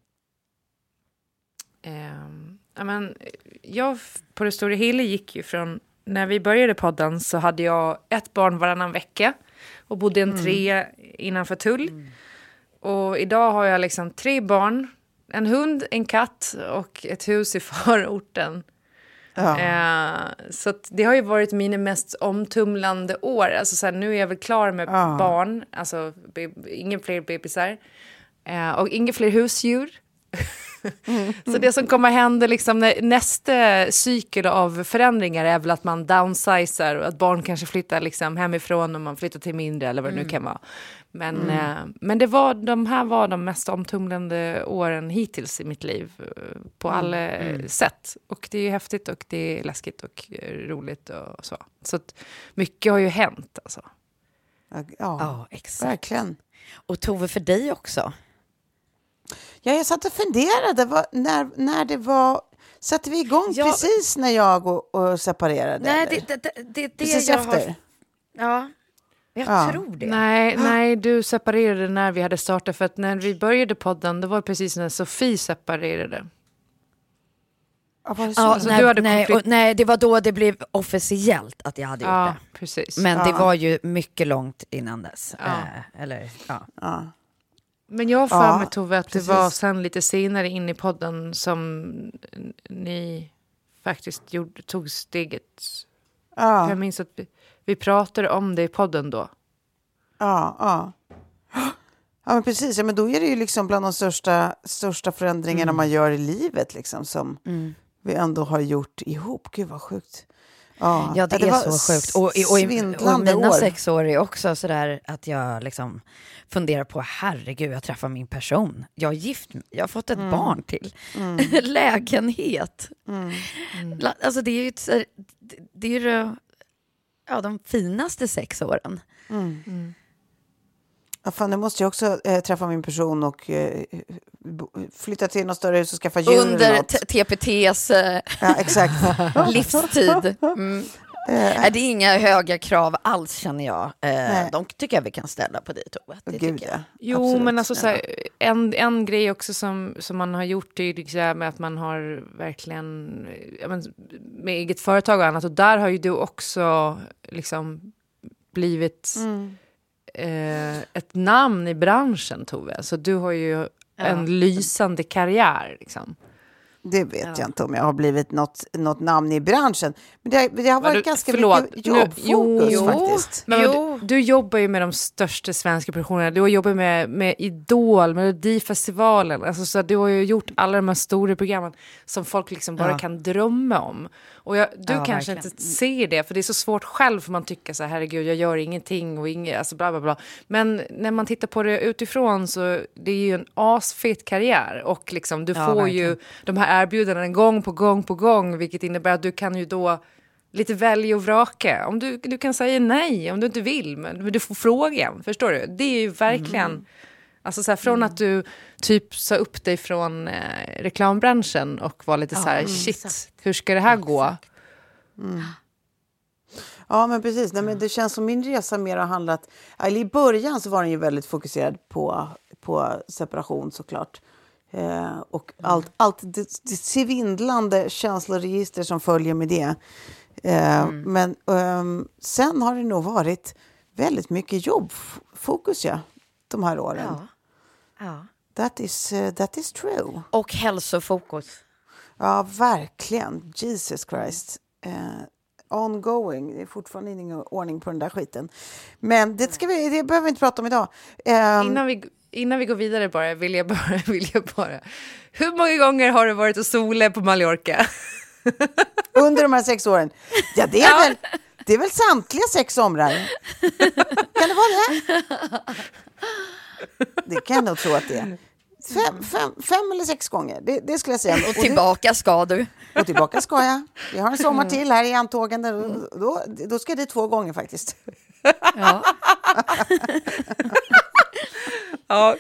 Um, I men, jag på det stora hela gick ju från när vi började podden så hade jag ett barn varannan vecka och bodde en mm. tre innanför Tull. Mm. Och idag har jag liksom tre barn, en hund, en katt och ett hus i förorten. Ja. Eh, så att det har ju varit mina mest omtumlande år. Alltså så här, nu är jag väl klar med ja. barn, alltså be- ingen fler bebisar eh, och inga fler husdjur. Mm. Så det som kommer hända liksom när, nästa cykel av förändringar är väl att man downsizar och att barn kanske flyttar liksom hemifrån och man flyttar till mindre eller vad det mm. nu kan vara. Men, mm. eh, men det var, de här var de mest omtumlande åren hittills i mitt liv på mm. alla mm. sätt. Och det är ju häftigt och det är läskigt och roligt och så. Så att mycket har ju hänt alltså. Ja, ja exakt. Verkligen. Och Tove, för dig också? Ja, jag satt och funderade vad, när, när det var... Satte vi igång ja. precis när jag och, och separerade? Nej, det, det, det, det, det precis jag efter? Har, ja, jag ja. tror det. Nej, nej, du separerade när vi hade startat. För att när vi började podden, det var precis när Sofie separerade. Ja, var det så? Ja, alltså, nej, du hade nej, konflikt... och, nej, det var då det blev officiellt att jag hade gjort ja, det. Precis. Men ja. det var ju mycket långt innan dess. Ja. Eh, eller, ja. Ja. Men jag har för ja, mig, Tove, att precis. det var sen lite senare in i podden som ni faktiskt gjorde, tog steget. Ja. Jag minns att vi, vi pratade om det i podden då. Ja, ja. Ja, men precis. Ja, men då är det ju liksom bland de största, största förändringarna mm. man gör i livet liksom, som mm. vi ändå har gjort ihop. Gud, vad sjukt. Ja, ja det, det är så sjukt. Och, och, och, och mina år. sex år är också sådär att jag liksom funderar på, herregud, jag träffar min person. Jag är gift, jag har fått ett mm. barn till. Mm. Lägenhet. Mm. Mm. Alltså det är ju ett, det är ju ja, de finaste sex åren. Mm. Mm. Ja, fan, nu måste jag också äh, träffa min person och äh, flytta till något större hus och skaffa djur. Under T P T:s äh, ja, exakt. livstid. Mm. Äh. Äh, det är inga höga krav alls, känner jag. Äh, de tycker jag vi kan ställa på dig, Tove. Det Gud, ja. Jo, absolut. Men alltså, så här, en, en grej också som, som man har gjort är liksom, med att man har verkligen men, med eget företag och annat. Och där har ju du också liksom blivit... Mm. Eh, ett namn i branschen, Tove. Så du har ju ja. en lysande karriär liksom. Det vet ja. jag inte om jag har blivit något, något namn i branschen. Men det, det har varit du, ganska förlåt, mycket jobbfokus jo, faktiskt. Men du, du jobbar ju med de största svenska produktionerna. Du har jobbat med, med Idol, Melodifestivalen. Alltså, så du har ju gjort alla de här stora programmen som folk liksom bara ja. kan drömma om. Och jag, du ja, kanske verkligen. inte ser det, för det är så svårt själv, för man tycker så här, herregud, jag gör ingenting och inget, alltså bla bla bla. Men när man tittar på det utifrån så det är ju en asfet karriär och liksom du ja, får verkligen. ju de här erbjudanden gång på gång på gång, vilket innebär att du kan ju då lite välja och vraka. Om du, du kan säga nej om du inte vill, men, men du får frågan, förstår du? Det är ju verkligen... Mm. Alltså så här, från mm. att du typ sa upp dig från eh, reklambranschen och var lite ja, så här, mm, shit, exakt. hur ska det här gå? Mm. Ja, men precis. Nej, men det känns som min resa mer har handlat... Eller i början så var den ju väldigt fokuserad på, på separation såklart. Eh, och mm. allt, allt det, det svindlande känsloregister som följer med det. Eh, mm. Men um, sen har det nog varit väldigt mycket jobbfokus, ja, de här åren. Ja. Ja. That is, uh, that is true. Och hälsofokus. Ja, verkligen. Jesus Christ. Uh, ongoing. Det är fortfarande ingen ordning på den där skiten. Men det, ska vi, det behöver vi inte prata om idag. Um, innan, vi, innan vi går vidare bara vill jag bara, vill jag bara... Hur många gånger har du varit och solat på Mallorca? Under de här sex åren? Ja, det är, ja. Väl, det är väl samtliga sex somrar. Kan det vara det? Det kan jag nog tro att det är. Fem, fem, fem eller sex gånger, det, det skulle jag säga. Och tillbaka ska du. Och tillbaka ska jag. Vi har en sommar till här i Antågande. Då, då, då ska det två gånger faktiskt. Ja. Ja.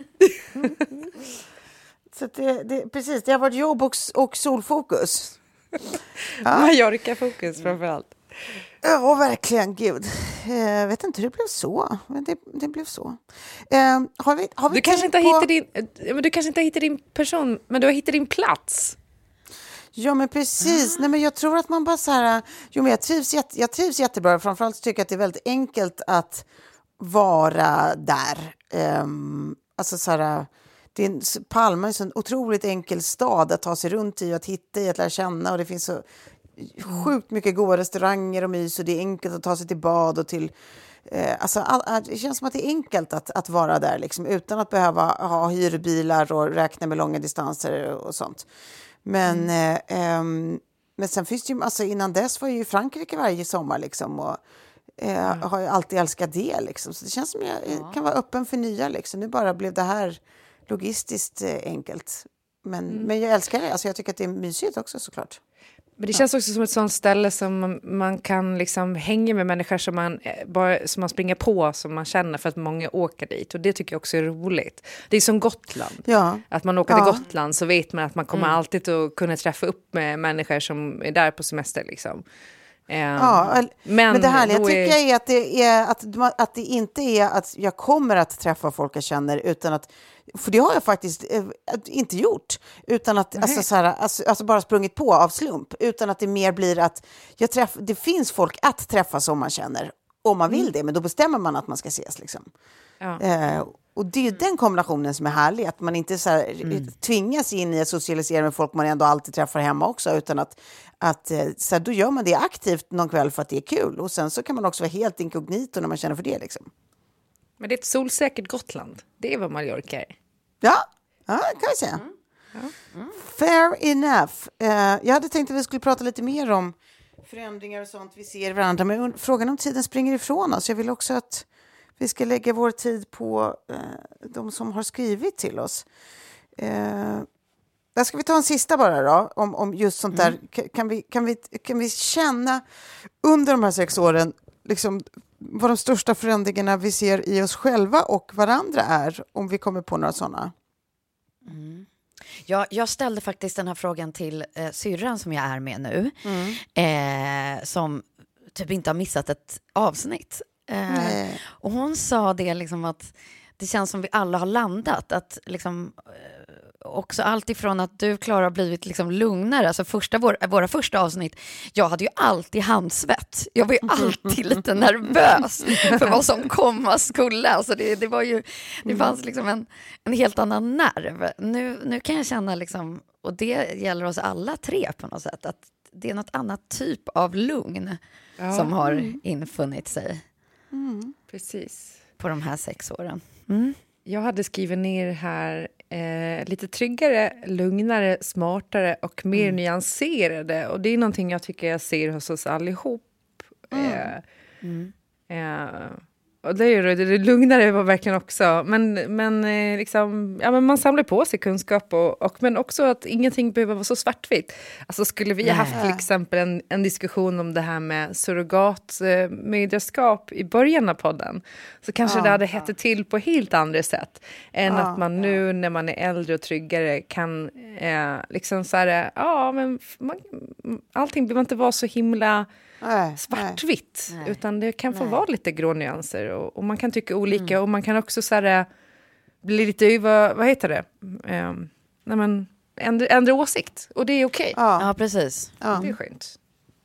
Så det, det, precis, det har varit jobb och, och solfokus. Ja. Mallorca-fokus framförallt. Ja, verkligen, gud. Jag vet inte hur det blev så, men det, det blev så. Eh, har vi, har vi du, kanske inte på... hittat din, du kanske inte har hittat din person, men du har hittat din plats. Ja, men precis. Ah. Nej, men jag tror att man bara så här... Jo, men jag trivs, jätte, jag trivs jättebra. Framförallt tycker jag att det är väldigt enkelt att vara där. Um, alltså så här... Det är en, Palma är en sån otroligt enkel stad att ta sig runt i och att hitta i, att lära känna. Och det finns så... sjukt mycket goda restauranger och mys, och det är enkelt att ta sig till bad och till Eh, alltså, all, det känns som att det är enkelt att, att vara där liksom, utan att behöva ha hyrbilar och räkna med långa distanser och sånt. Men, mm. eh, eh, men sen finns det ju, alltså, innan dess var ju Frankrike varje sommar liksom, och eh, mm. har ju alltid älskat det liksom. Så det känns som jag ja. kan vara öppen för nya liksom. Nu bara blev det här logistiskt eh, enkelt. Men, mm. men jag älskar det, alltså, jag tycker att det är mysigt också såklart. Men det känns också som ett sånt ställe som man, man kan liksom hänga med människor som man, bara, som man springer på, som man känner, för att många åker dit. Och det tycker jag också är roligt. Det är som Gotland. Ja. Att man åker ja. till Gotland så vet man att man kommer mm. alltid att kunna träffa upp med människor som är där på semester. Liksom. Um, ja, men, men det härliga är... tycker jag är att det, är att, att det inte är att jag kommer att träffa folk jag känner, utan att, för det har jag faktiskt eh, inte gjort, utan att alltså, så här, alltså, alltså bara sprungit på av slump, utan att det mer blir att jag träff, det finns folk att träffa som man känner, om man vill mm. det, men då bestämmer man att man ska ses liksom. Ja. Eh, och det är ju den kombinationen som är härlig, att man inte så här, mm. tvingas in i att socialisera med folk man ändå alltid träffar hemma också, utan att, att så här, då gör man det aktivt någon kväll för att det är kul, och sen så kan man också vara helt inkognito när man känner för det liksom. Men det är ett solsäkert Gotland, det är vad Mallorca är. Ja, ja kan vi säga. Mm. Ja. Mm. Fair enough. Uh, jag hade tänkt att vi skulle prata lite mer om förändringar och sånt vi ser i varandra, men frågan om tiden springer ifrån oss. Jag vill också att vi ska lägga vår tid på uh, de som har skrivit till oss. Uh, där ska vi ta en sista bara då, om, om just sånt där. Mm. Kan, vi, kan, vi, kan vi känna under de här sex åren liksom, vad de största förändringarna vi ser i oss själva och varandra är, om vi kommer på några sådana? Mm. Ja, jag ställde faktiskt den här frågan till eh, syrran som jag är med nu, mm. eh, som typ inte har missat ett avsnitt. Eh, och hon sa det liksom att det känns som vi alla har landat, att liksom också allt ifrån att du, Klara, har blivit liksom lugnare. Alltså första, vår, våra första avsnitt, jag hade ju alltid handsvett. Jag var ju alltid lite nervös för vad som komma skulle. Alltså det, det var ju, det fanns liksom en, en helt annan nerv. Nu, nu kan jag känna liksom, och det gäller oss alla tre på något sätt, att det är något annat typ av lugn ja. som har infunnit sig. Mm. Precis. På de här sex åren. Mm. Jag hade skrivit ner här eh, lite tryggare, lugnare, smartare och mer mm. nyanserade. Och det är någonting jag tycker jag ser hos oss allihop. Mm. Eh, mm. Eh, och det är ju det, det lugnare var verkligen också. Men, men, eh, liksom, ja, men man samlar på sig kunskap. Och, och, men också att ingenting behöver vara så svartvitt. Alltså skulle vi ha haft till exempel en, en diskussion om det här med surrogatmödraskap i början av podden. Så kanske ja, det hade hettat ja. till på helt andra sätt. Än ja, att man nu ja. när man är äldre och tryggare kan eh, liksom så här, ja men man, allting behöver inte vara så himla... Nej, svartvitt, nej. utan det kan få nej. vara lite grå nyanser och, och man kan tycka olika mm. och man kan också så här, bli lite vad, vad heter det um, nej, men, ändra, ändra åsikt och det är okej. Okay. Ja. ja, precis. Ja. Det är skönt.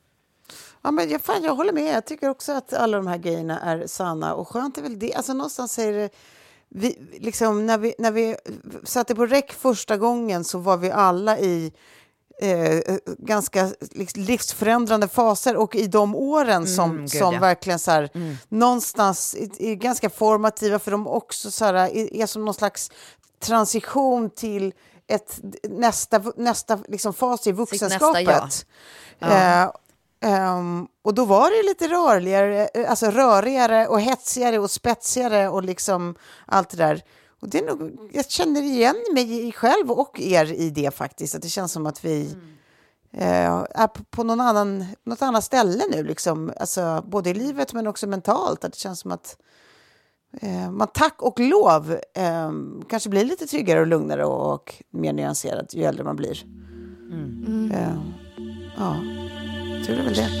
Ja, men jag, fan, jag håller med. Jag tycker också att alla de här grejerna är sanna och skönt är väl det. Alltså någonstans säger det, vi, liksom, när, vi, när vi satte på räck första gången så var vi alla i Eh, ganska livsförändrande faser och i de åren som, mm, som ja. verkligen så här, mm. någonstans är, är ganska formativa för de också så här, är, är som någon slags transition till ett, nästa, nästa liksom fas i vuxenskapet. Nästa, ja. Ja. Eh, um, och då var det lite rörligare, alltså rörigare och hetsigare och spetsigare och liksom allt det där. Och det är nog, jag känner igen mig själv och er i det faktiskt. Att det känns som att vi mm. eh, är på, på någon annan, något annat ställe nu. Liksom. Alltså, både i livet men också mentalt. Att det känns som att eh, man tack och lov eh, kanske blir lite tryggare och lugnare och, och mer nyanserad ju äldre man blir. Mm. Mm. Eh, ja, jag tror det är väl det.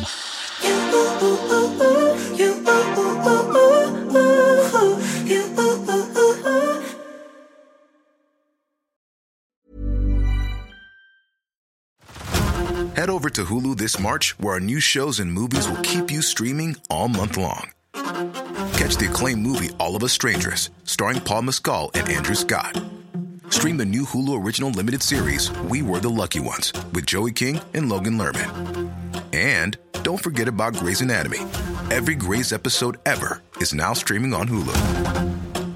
Head over to Hulu this March, where our new shows and movies will keep you streaming all month long. Catch the acclaimed movie All of Us Strangers, starring Paul Mescal and Andrew Scott. Stream the new Hulu original limited series We Were the Lucky Ones with Joey King and Logan Lerman. And don't forget about Grey's Anatomy. Every Grey's episode ever is now streaming on Hulu.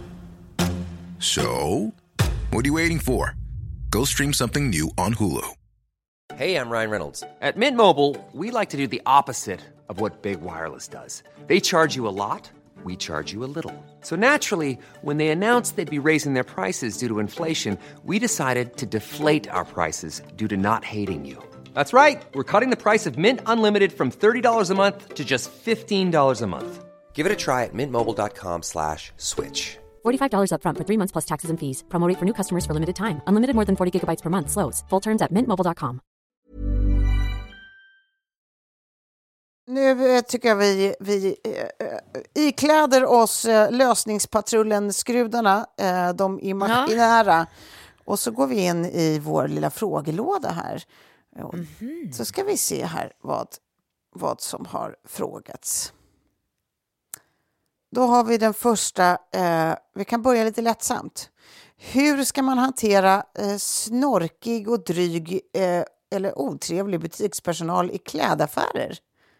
So, what are you waiting for? Go stream something new on Hulu. Hey, I'm Ryan Reynolds. At Mint Mobile, we like to do the opposite of what Big Wireless does. They charge you a lot, we charge you a little. So naturally, when they announced they'd be raising their prices due to inflation, we decided to deflate our prices due to not hating you. That's right. We're cutting the price of Mint Unlimited from thirty dollars a month to just fifteen dollars a month. Give it a try at mintmobile.com slash switch. forty-five dollars up front for three months plus taxes and fees. Promo rate for new customers for limited time. Unlimited more than forty gigabytes per month. Slows full terms at mint mobile dot com. Nu tycker jag vi, vi äh, ikläder oss äh, lösningspatrullen-skrudarna, äh, de imaginära. Ja. Och så går vi in i vår lilla frågelåda här. Mm-hmm. Så ska vi se här vad, vad som har frågats. Då har vi den första, eh, vi kan börja lite lättsamt. Hur ska man hantera eh, snorkig och dryg eh, eller otrevlig butikspersonal i klädaffärer?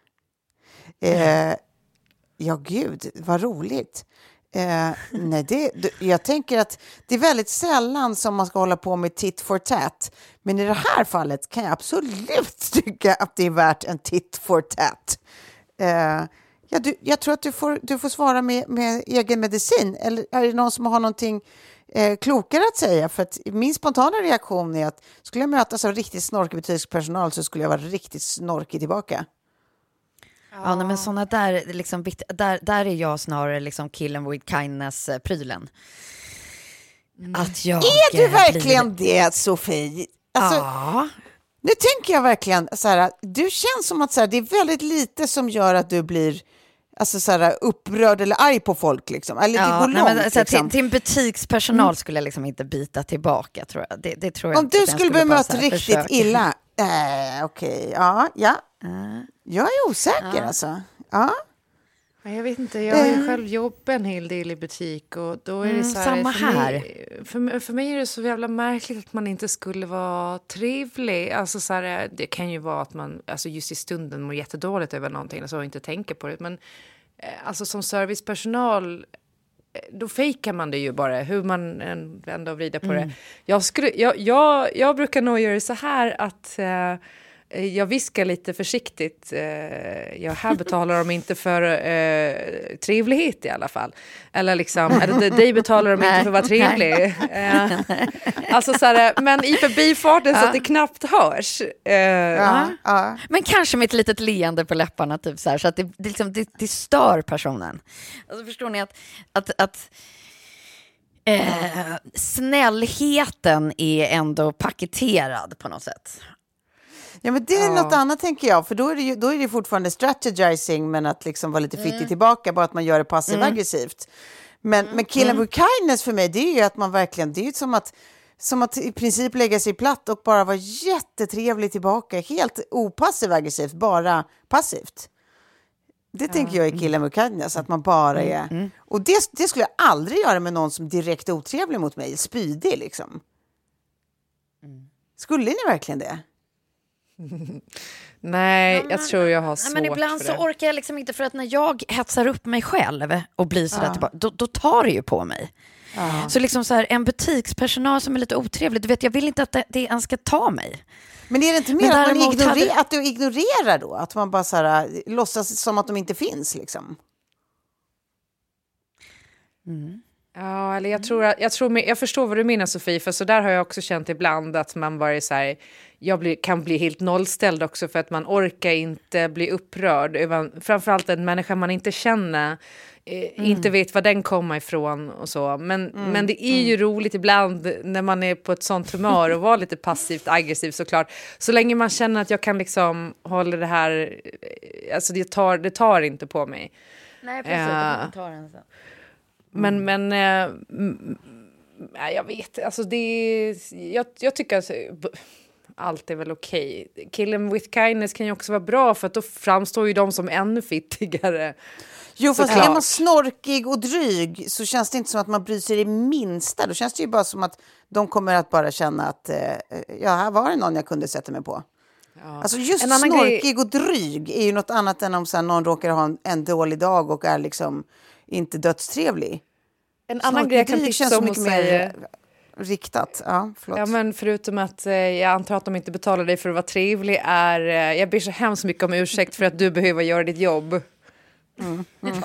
Eh, ja, gud, vad roligt. Eh, nej, det, jag tänker att det är väldigt sällan som man ska hålla på med tit for tat. Men i det här fallet kan jag absolut tycka att det är värt en tit for tat. Eh, ja, du, jag tror att du får, du får svara med, med egen medicin. Eller är det någon som har någonting eh, klokare att säga? För att min spontana reaktion är att skulle jag mötas av riktigt snorkig butikspersonal så skulle jag vara riktigt snorkig tillbaka. Ja, nej, men såna där, liksom, där, där är jag snarare liksom killen with kindness-prylen. Att jag är du verkligen blir... det, Sofie? Alltså, ja. Nu tänker jag verkligen så här, du känns som att så här, det är väldigt lite som gör att du blir alltså, så här, upprörd eller arg på folk. Liksom. Eller ja, det går nej, långt. Men, så här, liksom. till, till en butikspersonal mm. skulle jag liksom inte bita tillbaka, tror jag. Det, det tror jag Om inte. du skulle bemöta riktigt försöka. illa. Äh, Okej, okay. ja, ja. Uh. Jag är osäker uh. alltså. Ja. Jag vet inte, jag har ju själv jobbat en hel del i butik och då är det mm, så här, samma för här. Mig, för, för mig är det så jävla märkligt att man inte skulle vara trevlig. Alltså så här, det kan ju vara att man alltså just i stunden mår jättedåligt över någonting och inte tänker på det. Men alltså som servicepersonal då fejkar man det ju bara, hur man vänder och vrider på mm. det. Jag, skulle, jag, jag, jag brukar nog göra så här att... Eh, jag viskar lite försiktigt. Jag här betalar de inte för eh, trevlighet i alla fall. Eller liksom, eller dig betalar de inte för att vara trevlig. Eh, alltså så här, men i förbifarten ja. Så att det knappt hörs. Eh, ja. Ja. Men kanske med ett litet leende på läpparna typ så här, så att det, det, liksom, det, det stör personen. Alltså förstår ni att... att, att eh, snällheten är ändå paketerad på något sätt. Ja, men det är ja. Något annat tänker jag. För då är det ju då är det fortfarande strategizing, men att liksom vara lite fittig mm. tillbaka, bara att man gör det passivt-aggressivt. Mm. Men, mm. men killen mm. with kindness för mig, det är ju att man verkligen, det är ju som att, som att i princip lägga sig platt och bara vara jättetrevlig tillbaka. Helt opassiv-aggressivt, bara passivt. Det ja. Tänker jag är killen with kindness, att man bara är... Mm. Och det, det skulle jag aldrig göra med någon som direkt är otrevlig mot mig, spydig liksom. Mm. Skulle ni verkligen det? Nej, ja, men, jag tror jag har svårt men ibland för så det. orkar jag liksom inte, för att när jag hetsar upp mig själv och blir sådär ja. Tillbaka, då, då tar det ju på mig. Ja. Så liksom så här, en butikspersonal som är lite otrevlig, du vet, jag vill inte att det, det ens ska ta mig. Men är det inte mer att, man ignorer, hade... att du ignorerar då? Att man bara så här, låtsas som att de inte finns liksom? Mm. Ja, eller jag tror att, jag tror jag förstår vad du menar, Sofie, för så där har jag också känt ibland att man bara är så här, jag blir, kan bli helt nollställd också för att man orkar inte bli upprörd över framförallt en människa man inte känner, eh, mm. inte vet var den kommer ifrån och så, men, mm. men det är ju mm. roligt ibland när man är på ett sånt humör och var lite passivt aggressiv, såklart, så länge man känner att jag kan liksom hålla det här, alltså det tar, det tar inte på mig. Nej, precis, uh, det tar en så. Men, men äh, äh, jag vet, alltså det jag, jag tycker att allt är väl okej. Okay. Killen with kindness kan ju också vara bra, för att då framstår ju de som ännu fittigare. Jo, fast är man snorkig och dryg så känns det inte som att man bryr sig det minsta. Då känns det ju bara som att de kommer att bara känna att eh, ja, här var det någon jag kunde sätta mig på. Ja. Alltså just snorkig grej... och dryg är ju något annat än om så här, någon råkar ha en, en dålig dag och är liksom inte dödstrevlig. En annan grej jag kan tipsa om att säga... Riktat, ja, förlåt. Ja, men förutom att eh, jag antar att de inte betalar dig för att vara trevlig är... Eh, jag ber så hemskt mycket om ursäkt för att du behöver göra ditt jobb. Mm. Mm.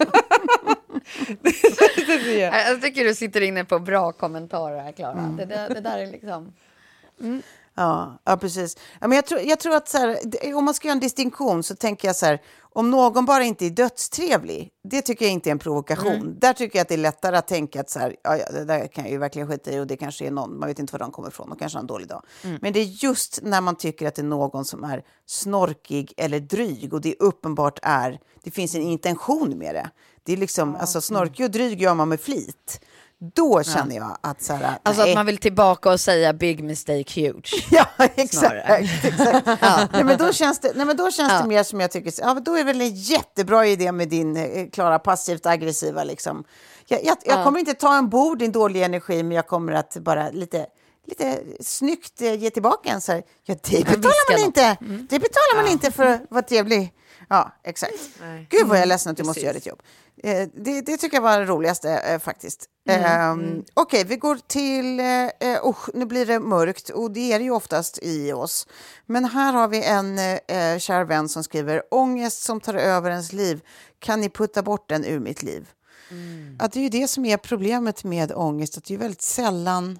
Jag tycker du sitter inne på bra kommentarer här, Klara. Mm. Det, det, det där är liksom... Mm. Ja, ja, precis. Ja, men jag, tror, jag tror att så här, om man ska göra en distinktion så tänker jag så här, om någon bara inte är dödstrevlig, det tycker jag inte är en provokation. Mm. Där tycker jag att det är lättare att tänka att så här, ja, ja, det där kan jag ju verkligen skita i och det kanske är någon, man vet inte var de kommer ifrån, och kanske har en dålig dag. Mm. Men det är just när man tycker att det är någon som är snorkig eller dryg och det uppenbart är, det finns en intention med det. Det är liksom, ja. Alltså snorkig och dryg gör man med flit. Då känner jag att så här, alltså nej. Att man vill tillbaka och säga big mistake huge. Ja, exakt. exakt. Ja. Nej, men då känns det, nej, men då känns ja. det mer som jag tycker, ja, då är väl en jättebra idé med din eh, Klara passivt aggressiva liksom. Jag, jag, jag ja. kommer inte ta en bord din dålig energi, men jag kommer att bara lite lite snyggt eh, ge tillbaka en så här. Ja, det betalar man inte. Mm. Det betalar man ja. inte för att vara trevlig. Ja, exakt. Nej. Gud vad jag är ledsen att du Precis. måste göra ditt jobb. Eh, det, det tycker jag var det roligaste eh, faktiskt. Mm. Eh, mm. Okej, okay, vi går till... Eh, oh, nu blir det mörkt och det är det ju oftast i oss. Men här har vi en eh, kär vän som skriver: ångest som tar över ens liv. Kan ni putta bort den ur mitt liv? Mm. Att det är ju det som är problemet med ångest. Att det är väldigt sällan...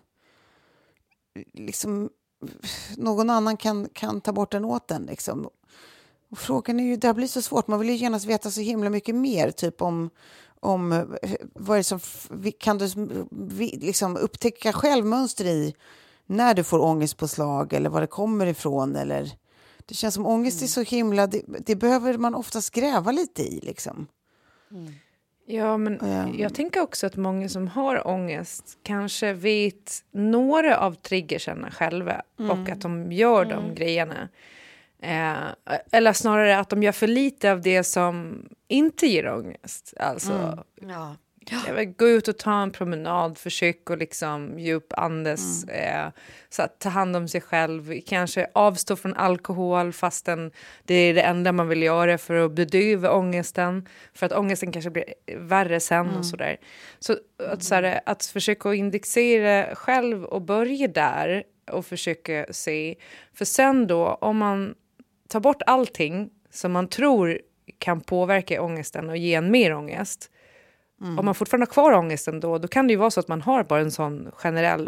liksom någon annan kan, kan ta bort den åt den liksom. Och frågan är ju, det blir så svårt, man vill ju genast veta så himla mycket mer typ om, om vad är det som kan du liksom upptäcka självmönster i när du får ångest på slag eller var det kommer ifrån, eller det känns som ångest mm. är så himla, det, det behöver man oftast gräva lite i liksom. Mm. Ja, men um. jag tänker också att många som har ångest kanske vet några av triggerserna själva mm. och att de gör de mm. grejerna. Eh, eller snarare att de gör för lite av det som inte ger ångest. Alltså, mm. ja. Jag vill gå ut och ta en promenad, försöka liksom djupandas, mm. eh, så att ta hand om sig själv, kanske avstå från alkohol fastän det är det enda man vill göra för att bedöva ångesten, för att ångesten kanske blir värre sen mm. och sådär. Så att, så här, att försöka indexera själv och börja där och försöka se, för sen då om man tar bort allting som man tror kan påverka ångesten och ge en mer ångest. Mm. Om man fortfarande har kvar ångesten då, då kan det ju vara så att man har bara en sån generell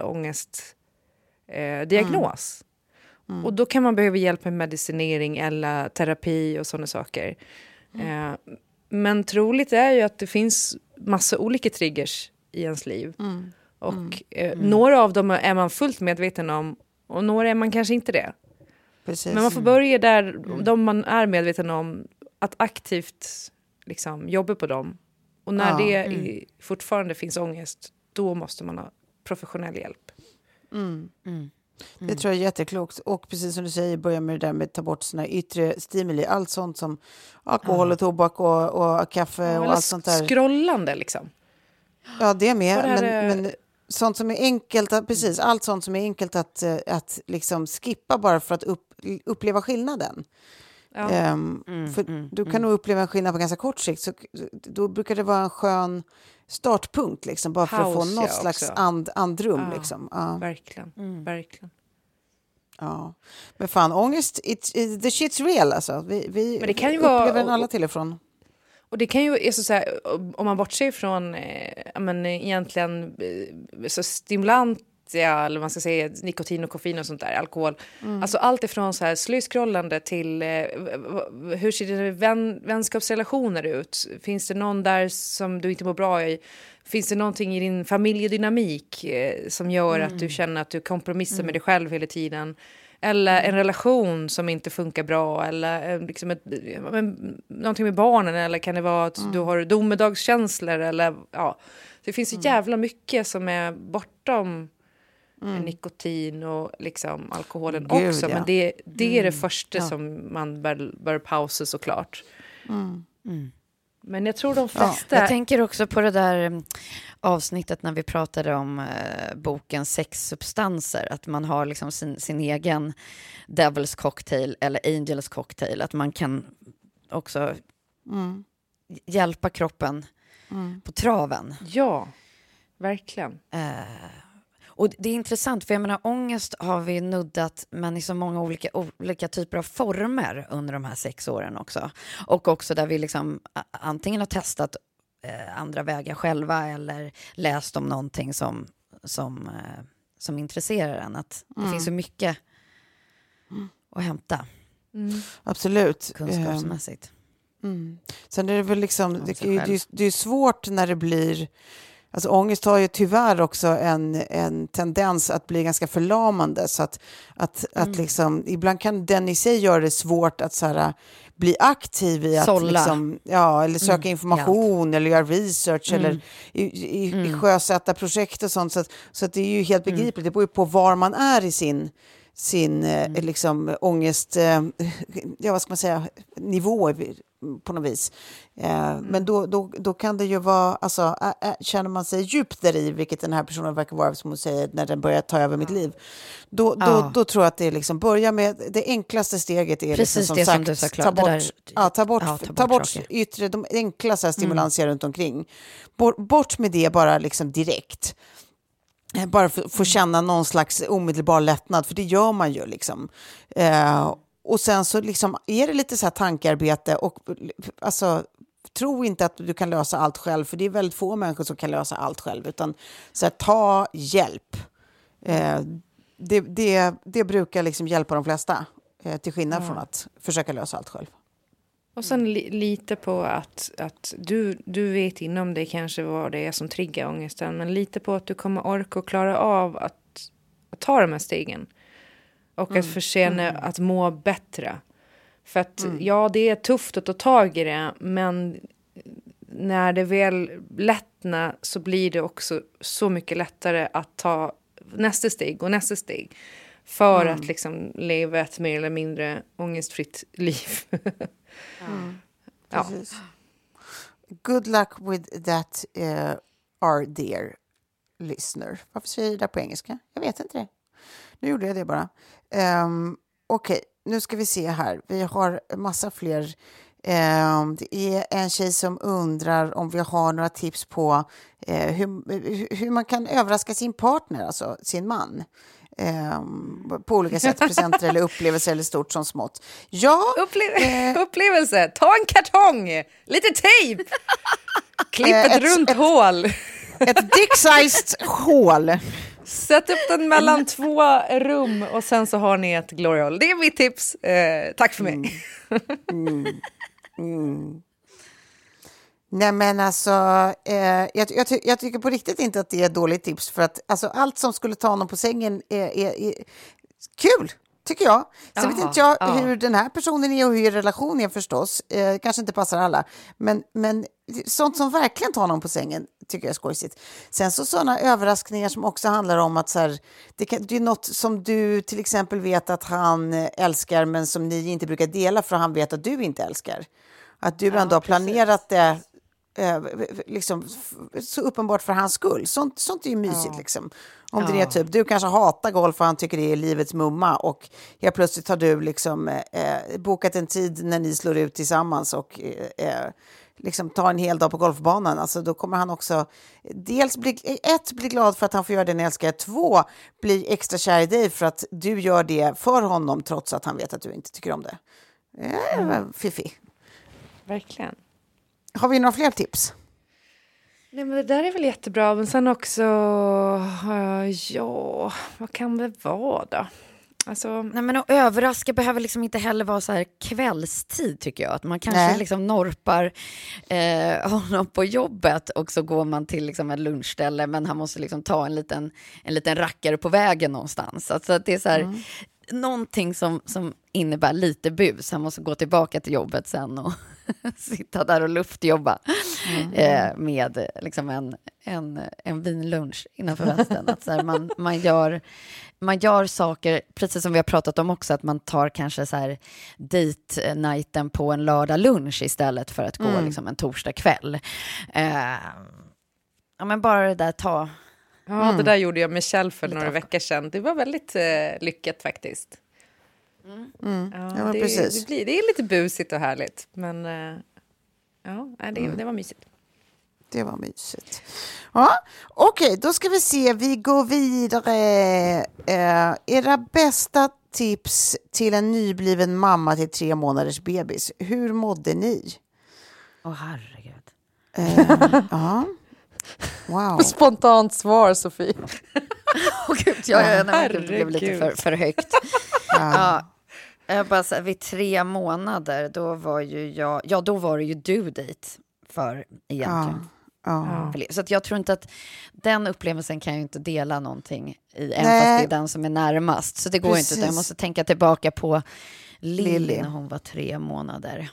ångestdiagnos. Eh, mm. Och då kan man behöva hjälp med medicinering eller terapi och sådana saker. Mm. Eh, men troligt är ju att det finns massa olika triggers i ens liv. Mm. Och mm. Eh, mm. några av dem är man fullt medveten om och några är man kanske inte det. Precis. Men man får börja där mm. de man är medveten om, att aktivt liksom jobba på dem. Och när ja, det mm. i, fortfarande finns ångest, då måste man ha professionell hjälp. Mm. Mm. Det tror jag är jätteklokt. Och precis som du säger, börja med det där med att ta bort såna yttre stimuli. Allt sånt som alkohol och tobak och, och kaffe ja, och allt sånt där. Scrollande liksom. Ja, det är med. Men, är... men sånt som är enkelt, att, precis, allt sånt som är enkelt att, att liksom skippa bara för att upp, uppleva skillnaden. Ja. Um, mm, för mm, du kan mm. nog uppleva en skillnad på ganska kort sikt, så då brukar det vara en skön startpunkt liksom, bara Paus, för att få något ja, slags and, andrum ja, liksom. Ja. Verkligen, mm. verkligen. Ja. Men fan, ångest, it, it, the shit's real alltså. Vi, vi Men det kan ju upplever vara, den alla till ifrån. Och det kan ju, alltså, så här, om man bortser från eh, men, egentligen eh, så stimulant, ja, eller man ska säga nikotin och koffein och sånt där, alkohol. Mm. Alltså allt ifrån så här slöskrollande till eh, hur ser det vän, vänskapsrelationer ut? Finns det någon där som du inte mår bra i? Finns det någonting i din familjedynamik eh, som gör mm. att du känner att du kompromissar mm. med dig själv hela tiden? Eller en relation som inte funkar bra, eller liksom ett, men, någonting med barnen, eller kan det vara att mm. du har domedagskänslor, eller ja, det finns så jävla mycket som är bortom Mm. nikotin och liksom alkoholen Gud, också. Ja. Men det, det är mm. det första ja. som man bör, bör pausa såklart. Mm. Mm. Men jag tror de flesta... Ja. Jag tänker också på det där avsnittet när vi pratade om eh, boken Sexsubstanser. Att man har liksom sin, sin egen Devil's Cocktail eller Angel's Cocktail. Att man kan också mm. hjälpa kroppen mm. på traven. Ja, verkligen. Eh, och det är intressant, för jag menar, ångest har vi nuddat, men i så många olika, olika typer av former under de här sex åren också. Och också där vi liksom antingen har testat eh, andra vägar själva eller läst om någonting som, som, eh, som intresserar en. Att det mm. finns så mycket mm. att hämta. Mm. Absolut. Kunskapsmässigt. Mm. Sen är det väl liksom, det, det, det är svårt när det blir, alltså ångest har ju tyvärr också en, en tendens att bli ganska förlamande, så att, att, mm. att liksom, ibland kan den i sig göra det svårt att så här, bli aktiv i att liksom, ja, eller söka mm. information eller göra research mm. eller i, i, mm. i sjösätta projekt och sånt, så att, så att det är ju helt begripligt, mm. det beror ju på var man är i sin sin mm. eh, liksom ångest, eh, ja vad ska man säga, nivå på något vis. Eh, mm. Men då, då, då kan det ju vara, alltså äh, äh, känner man sig djupt där i, vilket den här personen verkar vara, som hon säger, när den börjar ta över mitt liv. Då, då, ja. då tror jag att det liksom börjar med, det enklaste steget är precis liksom, som det sagt, som du sa klart, ta bort, där, ja, ta bort, ja, ta bort, ta bort yttre, de enkla så här, stimulanser mm. runt omkring. Bort, bort med det bara liksom direkt. Bara för att få känna någon slags omedelbar lättnad, för det gör man ju liksom. Eh, och sen så liksom är det lite så här tankearbete, och alltså tro inte att du kan lösa allt själv, för det är väldigt få människor som kan lösa allt själv, utan så här, ta hjälp. Eh, det, det, det brukar liksom hjälpa de flesta, eh, till skillnad mm. från att försöka lösa allt själv. Och sen li- lite på att, att du, du vet inom dig kanske vad det är som triggar ångesten. Men lite på att du kommer orka och klara av att, att ta de här stegen. Och mm. att förtjäna mm. att må bättre. För att mm. ja, det är tufft att ta tag i det. Men när det väl lättnar så blir det också så mycket lättare att ta nästa steg och nästa steg. För mm. att liksom leva ett mer eller mindre ångestfritt liv. Mm. Ja. Good luck with that, uh, our dear listener. Varför säger jag det på engelska? Jag vet inte det. Nu gjorde jag det bara. Um, Okej, okay, nu ska vi se här. Vi har massa fler. Um, det är en tjej som undrar om vi har några tips på uh, hur, hur man kan överraska sin partner, alltså sin man. Um, på olika sätt, presenter eller upplevelser eller stort som smått. Ja, Upple- eh, upplevelse, ta en kartong, lite tejp, klipp ett, ett runt ett, hål, ett dick-sized hål, sätt upp den mellan två rum och sen så har ni ett glory hole. Det är mitt tips, eh, tack för mig. mm. Mm. Mm. Nej, men alltså, eh, jag, jag, ty- jag tycker på riktigt inte att det är ett dåligt tips, för att alltså, allt som skulle ta honom på sängen är, är, är kul, tycker jag. Sen vet inte jag aha. hur den här personen är och hur relationen är förstås. Eh, kanske inte passar alla, men, men sånt som verkligen tar honom på sängen tycker jag är skojsigt. Sen så sådana överraskningar som också handlar om att så här, det, kan, det är något som du till exempel vet att han älskar, men som ni inte brukar dela för han vet att du inte älskar. Att du ja, ändå har planerat det Eh, liksom, så uppenbart för hans skull. Sånt, sånt är ju mysigt ja. liksom. Om ja. det är typ, du kanske hatar golf och han tycker det är livets mumma, och helt plötsligt har du liksom eh, bokat en tid när ni slår ut tillsammans och eh, liksom tar en hel dag på golfbanan. Alltså då kommer han också dels bli, ett, bli glad för att han får göra det ni älskar, två, bli extra kär i dig för att du gör det för honom trots att han vet att du inte tycker om det. Eh, mm. Fiffi. Verkligen. Har vi några fler tips? Nej, men det där är väl jättebra. Men sen också, uh, ja, vad kan det vara då? Alltså... Nej, men att överraska behöver liksom inte heller vara så här kvällstid, tycker jag. Att man kanske Nej. liksom norpar eh, honom på jobbet och så går man till liksom en lunchställe, men han måste liksom ta en liten, en liten rackare på vägen någonstans. Alltså att det är så här... Mm. Någonting som, som innebär lite bus. Han måste gå tillbaka till jobbet sen och sitta där och luftjobba mm. eh, med liksom en, en, en vinlunch innanför västen. Att så här, man, man, gör, man gör saker, precis som vi har pratat om också, att man tar kanske så här date nighten på en lördag lunch istället för att gå mm. liksom en torsdag kväll. Eh, ja, men bara det där ta... Ja, mm. det där gjorde jag med Kjell för några veckor sedan. Det var väldigt eh, lyckat faktiskt. Mm. Mm. Ja, ja, det, precis. Det, blir, det är lite busigt och härligt. Men eh, ja, det, mm. det var mysigt. Det var mysigt. Ja, okej, okay, då ska vi se. Vi går vidare. Eh, era bästa tips till en nybliven mamma till tre månaders bebis. Hur mådde ni? Åh, oh, herregud. Eh, ja. Wow. Spontant svar, Sofie. Åh, gud, jag är det blev lite för, för högt. Ja. Ja. Jag bara så här, vid tre månader, då var ju jag... Ja, då var det ju due date för egentligen. Ja. Ja. Så att jag tror inte att den upplevelsen kan jag ju inte dela någonting i, även fast det är den som är närmast. Så det går Precis. inte. Jag måste tänka tillbaka på Lilly när hon var tre månader.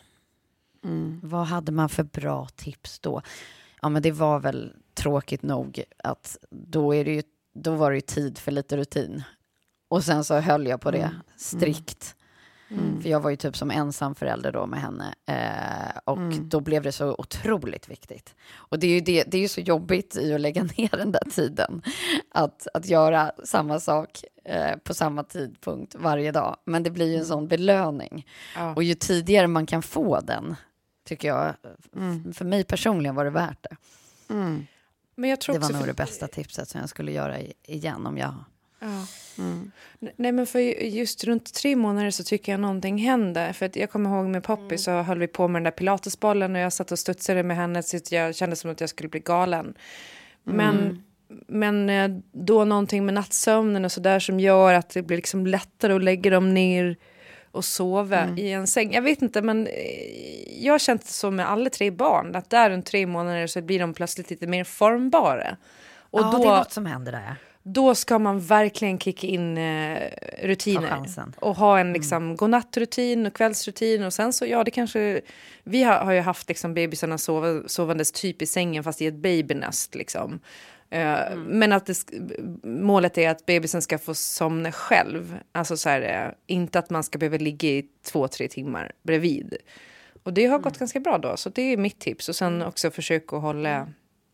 Mm. Vad hade man för bra tips då? Ja, men det var väl tråkigt nog att då, är det ju, då var det ju tid för lite rutin. Och sen så höll jag på det mm. strikt. Mm. För jag var ju typ som ensam förälder då med henne. Eh, och mm. då blev det så otroligt viktigt. Och det är ju, det, det är ju så jobbigt i att lägga ner den där tiden. Att, att göra samma sak eh, på samma tidpunkt varje dag. Men det blir ju en sån belöning. Ja. Och ju tidigare man kan få den, tycker jag, mm. för mig personligen var det värt det. Mm. Men jag tror det var nog för... det bästa tipset som jag skulle göra igen om jag... Ja. Mm. Nej, men för just runt tre månader så tycker jag någonting händer. För att jag kommer ihåg med Poppy mm. så höll vi på med den där pilatesbollen och jag satt och studsade med henne så jag kände som att jag skulle bli galen. Men, mm. men då någonting med nattsömnen och sådär som gör att det blir liksom lättare att lägga dem ner och sova mm. i en säng. Jag vet inte, men jag har känt så med alla tre barn att där runt tre månader så blir de plötsligt lite mer formbara. Och ja, då, det är något som händer där. Då ska man verkligen kicka in eh, rutiner och ha en liksom mm. godnattrutin och kvällsrutin och sen så, ja det kanske, vi har, har ju haft liksom bebisarna sova, sovandes typ i sängen fast i ett babynest liksom. Uh, mm. Men att det, målet är att bebisen ska få somna själv, alltså så här, uh, inte att man ska behöva ligga i två, tre timmar bredvid. Och det har mm. gått ganska bra då, så det är mitt tips och sen också försöka att hålla mm.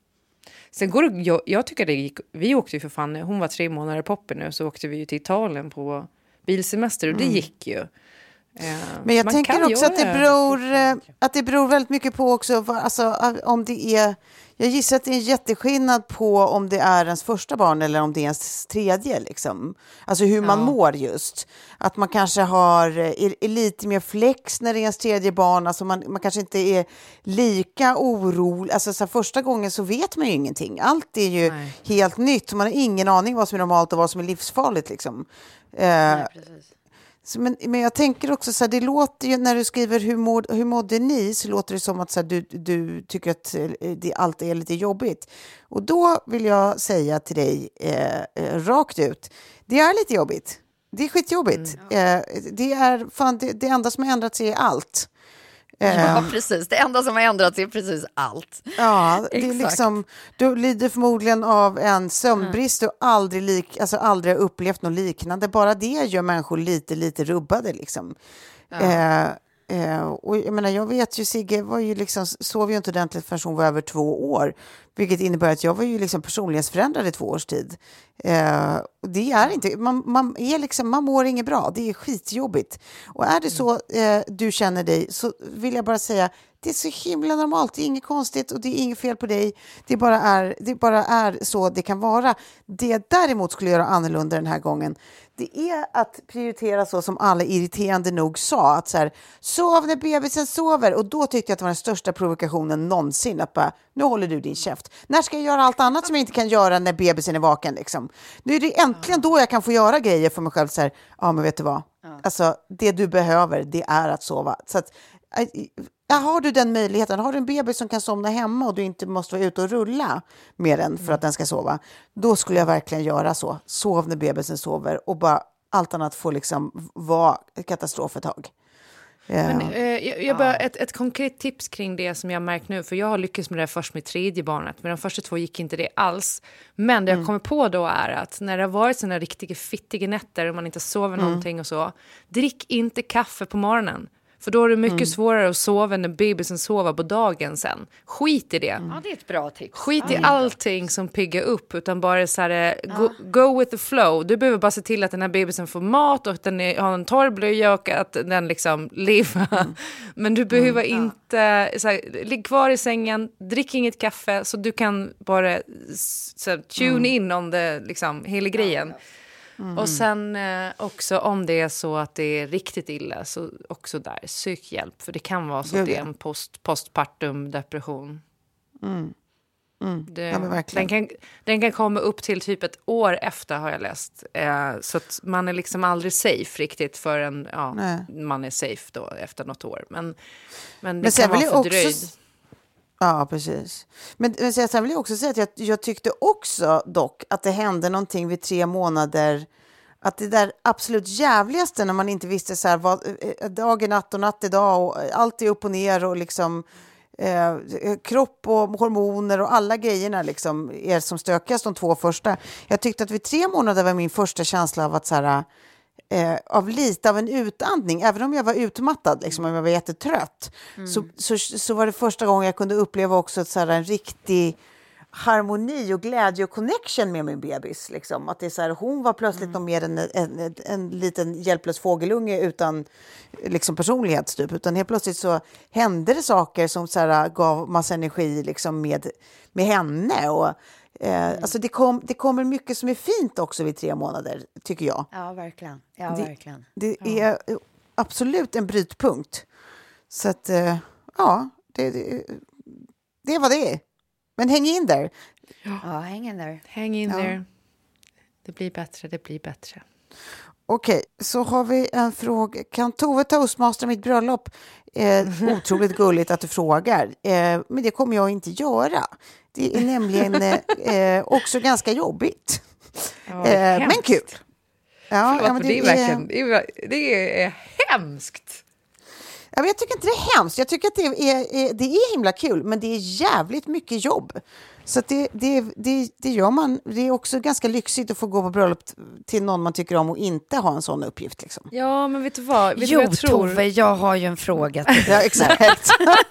Sen går det, jag, jag tycker det gick, vi åkte ju för fan, hon var tre månader Poppy nu, så åkte vi ju till Italien på bilsemester och mm. det gick ju. Eh, Men jag tänker också att det, beror, att det beror väldigt mycket på också, alltså, om det är, jag gissar att det är en jätteskillnad på om det är ens första barn eller om det är ens tredje liksom. Alltså hur man ja. mår just. Att man kanske har, är, är lite mer flex när det är ens tredje barn, alltså man, man kanske inte är lika orolig. Alltså så här, första gången så vet man ju ingenting. Allt är ju Nej. helt nytt, man har ingen aning vad som är normalt och vad som är livsfarligt liksom. Nej, uh, precis. Så, men, men jag tänker också så här, det låter ju när du skriver hur, må, hur mådde ni, så låter det som att så här, du, du tycker att det, allt är lite jobbigt. Och då vill jag säga till dig eh, rakt ut, det är lite jobbigt. Det är skitjobbigt. Mm. Eh, det, är, fan, det, det enda som har ändrats är allt. Ja, precis. Det enda som har ändrats är precis allt. Ja, det är liksom, du lider förmodligen av en sömnbrist och aldrig, lik, alltså aldrig har upplevt något liknande. Bara det gör människor lite, lite rubbade liksom. Ja. Eh, eh, och jag menar, jag vet ju, Sigge var ju liksom, sov ju inte ordentligt förrän hon var över två år. Vilket innebär att jag var ju liksom personlighetsförändrad i två års tid. Eh, det är inte, man, man, är liksom, man mår inget bra, det är skitjobbigt. Och är det så eh, du känner dig, så vill jag bara säga, det är så himla normalt, det är inget konstigt och det är inget fel på dig. Det bara är, det bara är så det kan vara. Det jag däremot skulle göra annorlunda den här gången, det är att prioritera så som alla irriterande nog sa. Att så här, sov när bebisen sover. Och då tyckte jag att det var den största provokationen någonsin. Att bara, nu håller du din käft. När ska jag göra allt annat som jag inte kan göra när bebisen är vaken? Liksom? Nu är det äntligen då jag kan få göra grejer för mig själv. Så här, ja men vet du vad? Alltså, det du behöver, det är att sova. Så att, ja, har du den möjligheten, har du en bebis som kan somna hemma och du inte måste vara ute och rulla med den för att den ska sova, då skulle jag verkligen göra så. Sov när bebisen sover och bara allt annat får liksom vara katastrof ett tag. Men, eh, jag, jag bara, ett, ett konkret tips kring det som jag märkt nu, för jag har lyckats med det först med tredje barnet, men de första två gick inte det alls. Men det jag mm. kommer på då är att när det har varit sådana riktiga fittiga nätter och man inte sover mm. någonting och så, drick inte kaffe på morgonen. För då är det mycket mm. svårare att sova när bebisen sover på dagen sen. Skit i det. Mm. Ja, det är ett bra tips. Skit ja, i allting som piggar upp, utan bara så här, ja. go, go with the flow. Du behöver bara se till att den här bebisen får mat och att den är, har en torr blöja och att den liksom lever. Mm. Men du behöver mm. inte så här, ligg kvar i sängen, drick inget kaffe så du kan bara så här, tune mm. in on the, liksom, hela grejen. Ja. Mm. Och sen eh, också om det är så att det är riktigt illa så också där, sök hjälp. För det kan vara så att det är en post, postpartum depression. Mm. Mm. Det, ja, men verkligen. Den, kan, den kan komma upp till typ ett år efter har jag läst. Eh, så att man är liksom aldrig safe riktigt förrän ja, man är safe då efter något år. Men, men det men kan vara fördröjd. Också... Ja, precis. Men, men sen vill jag också säga att jag, jag tyckte också dock att det hände någonting vid tre månader. Att det där absolut jävligaste när man inte visste så här, vad, dag är natt och natt är dag och allt är upp och ner och liksom eh, kropp och hormoner och alla grejerna liksom är som stökast de två första. Jag tyckte att vid tre månader var min första känsla av att så här, Eh, av lite av en utandning, även om jag var utmattad liksom, om jag var jättetrött mm. så, så, så var det första gången jag kunde uppleva också ett, så här, en riktig harmoni och glädje och connection med min bebis liksom. Att det är så här, hon var plötsligt mm. mer än en, en, en, en liten hjälplös fågelunge utan liksom, personlighet typ. Utan helt plötsligt så hände det saker som så här, gav massa energi liksom, med, med henne och Mm. Alltså det, kom, det kommer mycket som är fint också vid tre månader, tycker jag. Ja, verkligen. Ja, det, verkligen. Det ja. är absolut en brytpunkt. Så att, ja, det, det, det är vad det är. Men häng in där. Ja, häng in där. Häng in ja. där. Det blir bättre, det blir bättre. Okej, så har vi en fråga. Kan Tove toastmastera mitt bröllop? Eh, otroligt gulligt att du frågar. Eh, men det kommer jag inte göra. Det är nämligen eh, också ganska jobbigt. Ja, eh, men kul. Ja, ja, men det, det, är verkligen, det, är, det är hemskt. Ja, men jag tycker inte det är hemskt. Jag tycker att det är, det är himla kul. Men det är jävligt mycket jobb. Så att det, det, det, det gör man. Det är också ganska lyxigt att få gå på bröllop till någon man tycker om och inte ha en sån uppgift. Liksom. Ja, men vet du vad? Vet jo, vad jag tror? Tove, jag har ju en fråga till dig. Ja, exakt.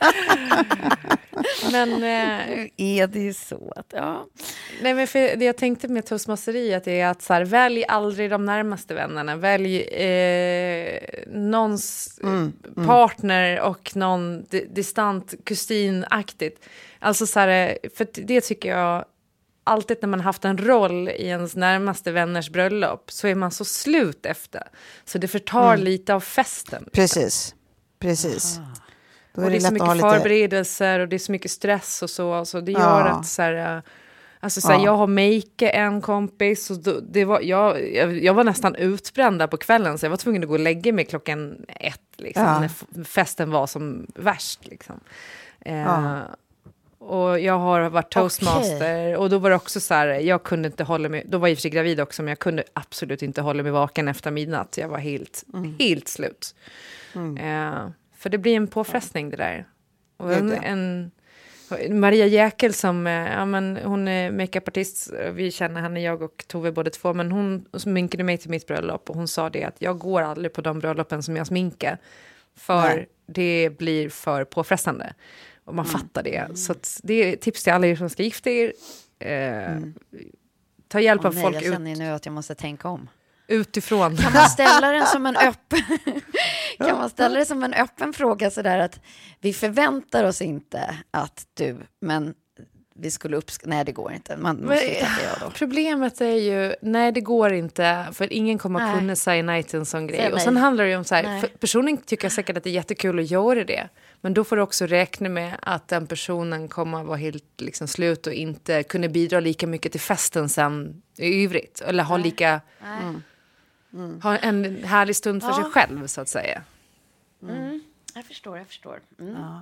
Men eh, är det ju så att, ja. Nej, men för det jag tänkte med toastmasteriet är att så här, välj aldrig de närmaste vännerna. Välj eh, någons mm, mm. partner och någon di- distant kusinaktigt. Alltså så här, för det tycker jag alltid när man haft en roll i ens närmaste vänners bröllop så är man så slut efter. Så det förtar mm. lite av festen. Precis, precis. Aha. Då är och det, det är så mycket förberedelser och det är så mycket stress och så. Alltså det gör ja. att så här, alltså så här, ja. jag har Meike, en kompis. Och då, det var, jag, jag, jag var nästan utbränd där på kvällen så jag var tvungen att gå och lägga mig klockan ett. Liksom, ja. När festen var som värst. Liksom. Eh, ja. Och jag har varit toastmaster okay. och då var det också så här, jag kunde inte hålla mig, då var jag i och för sig gravid också, men jag kunde absolut inte hålla mig vaken efter midnatt. Jag var helt, mm. helt slut. Mm. Eh, för det blir en påfrestning det där. Och en, en, Maria Jäkel som, ja men hon är makeupartist, vi känner henne, jag och Tove båda två, men hon sminkade mig till mitt bröllop och hon sa det att jag går aldrig på de bröllopen som jag sminkar för Nej. det blir för påfrestande. Och man mm. fattar det. Mm. Så att det är tips till alla er som ska gifta er. Eh, mm. Ta hjälp oh, av nej, folk. Jag ut, känner nu att jag måste tänka om. Utifrån. Kan man ställa den som en öppen kan man ställa det som en öppen fråga sådär att vi förväntar oss inte att du, men vi skulle uppskatta, nej det går inte. Man måste men, jag då. Problemet är ju, nej det går inte, för ingen kommer att kunna säga nej till en sån grej. Säg och sen nej. handlar det ju om så här, personen tycker säkert att det är jättekul att göra det. Men då får du också räkna med att den personen kommer att vara helt liksom, slut och inte kunna bidra lika mycket till festen sen i övrigt. Eller ha lika, mm. Mm. ha en härlig stund för ja. sig själv så att säga. Mm. Mm. Jag förstår, jag förstår. Mm. Ja.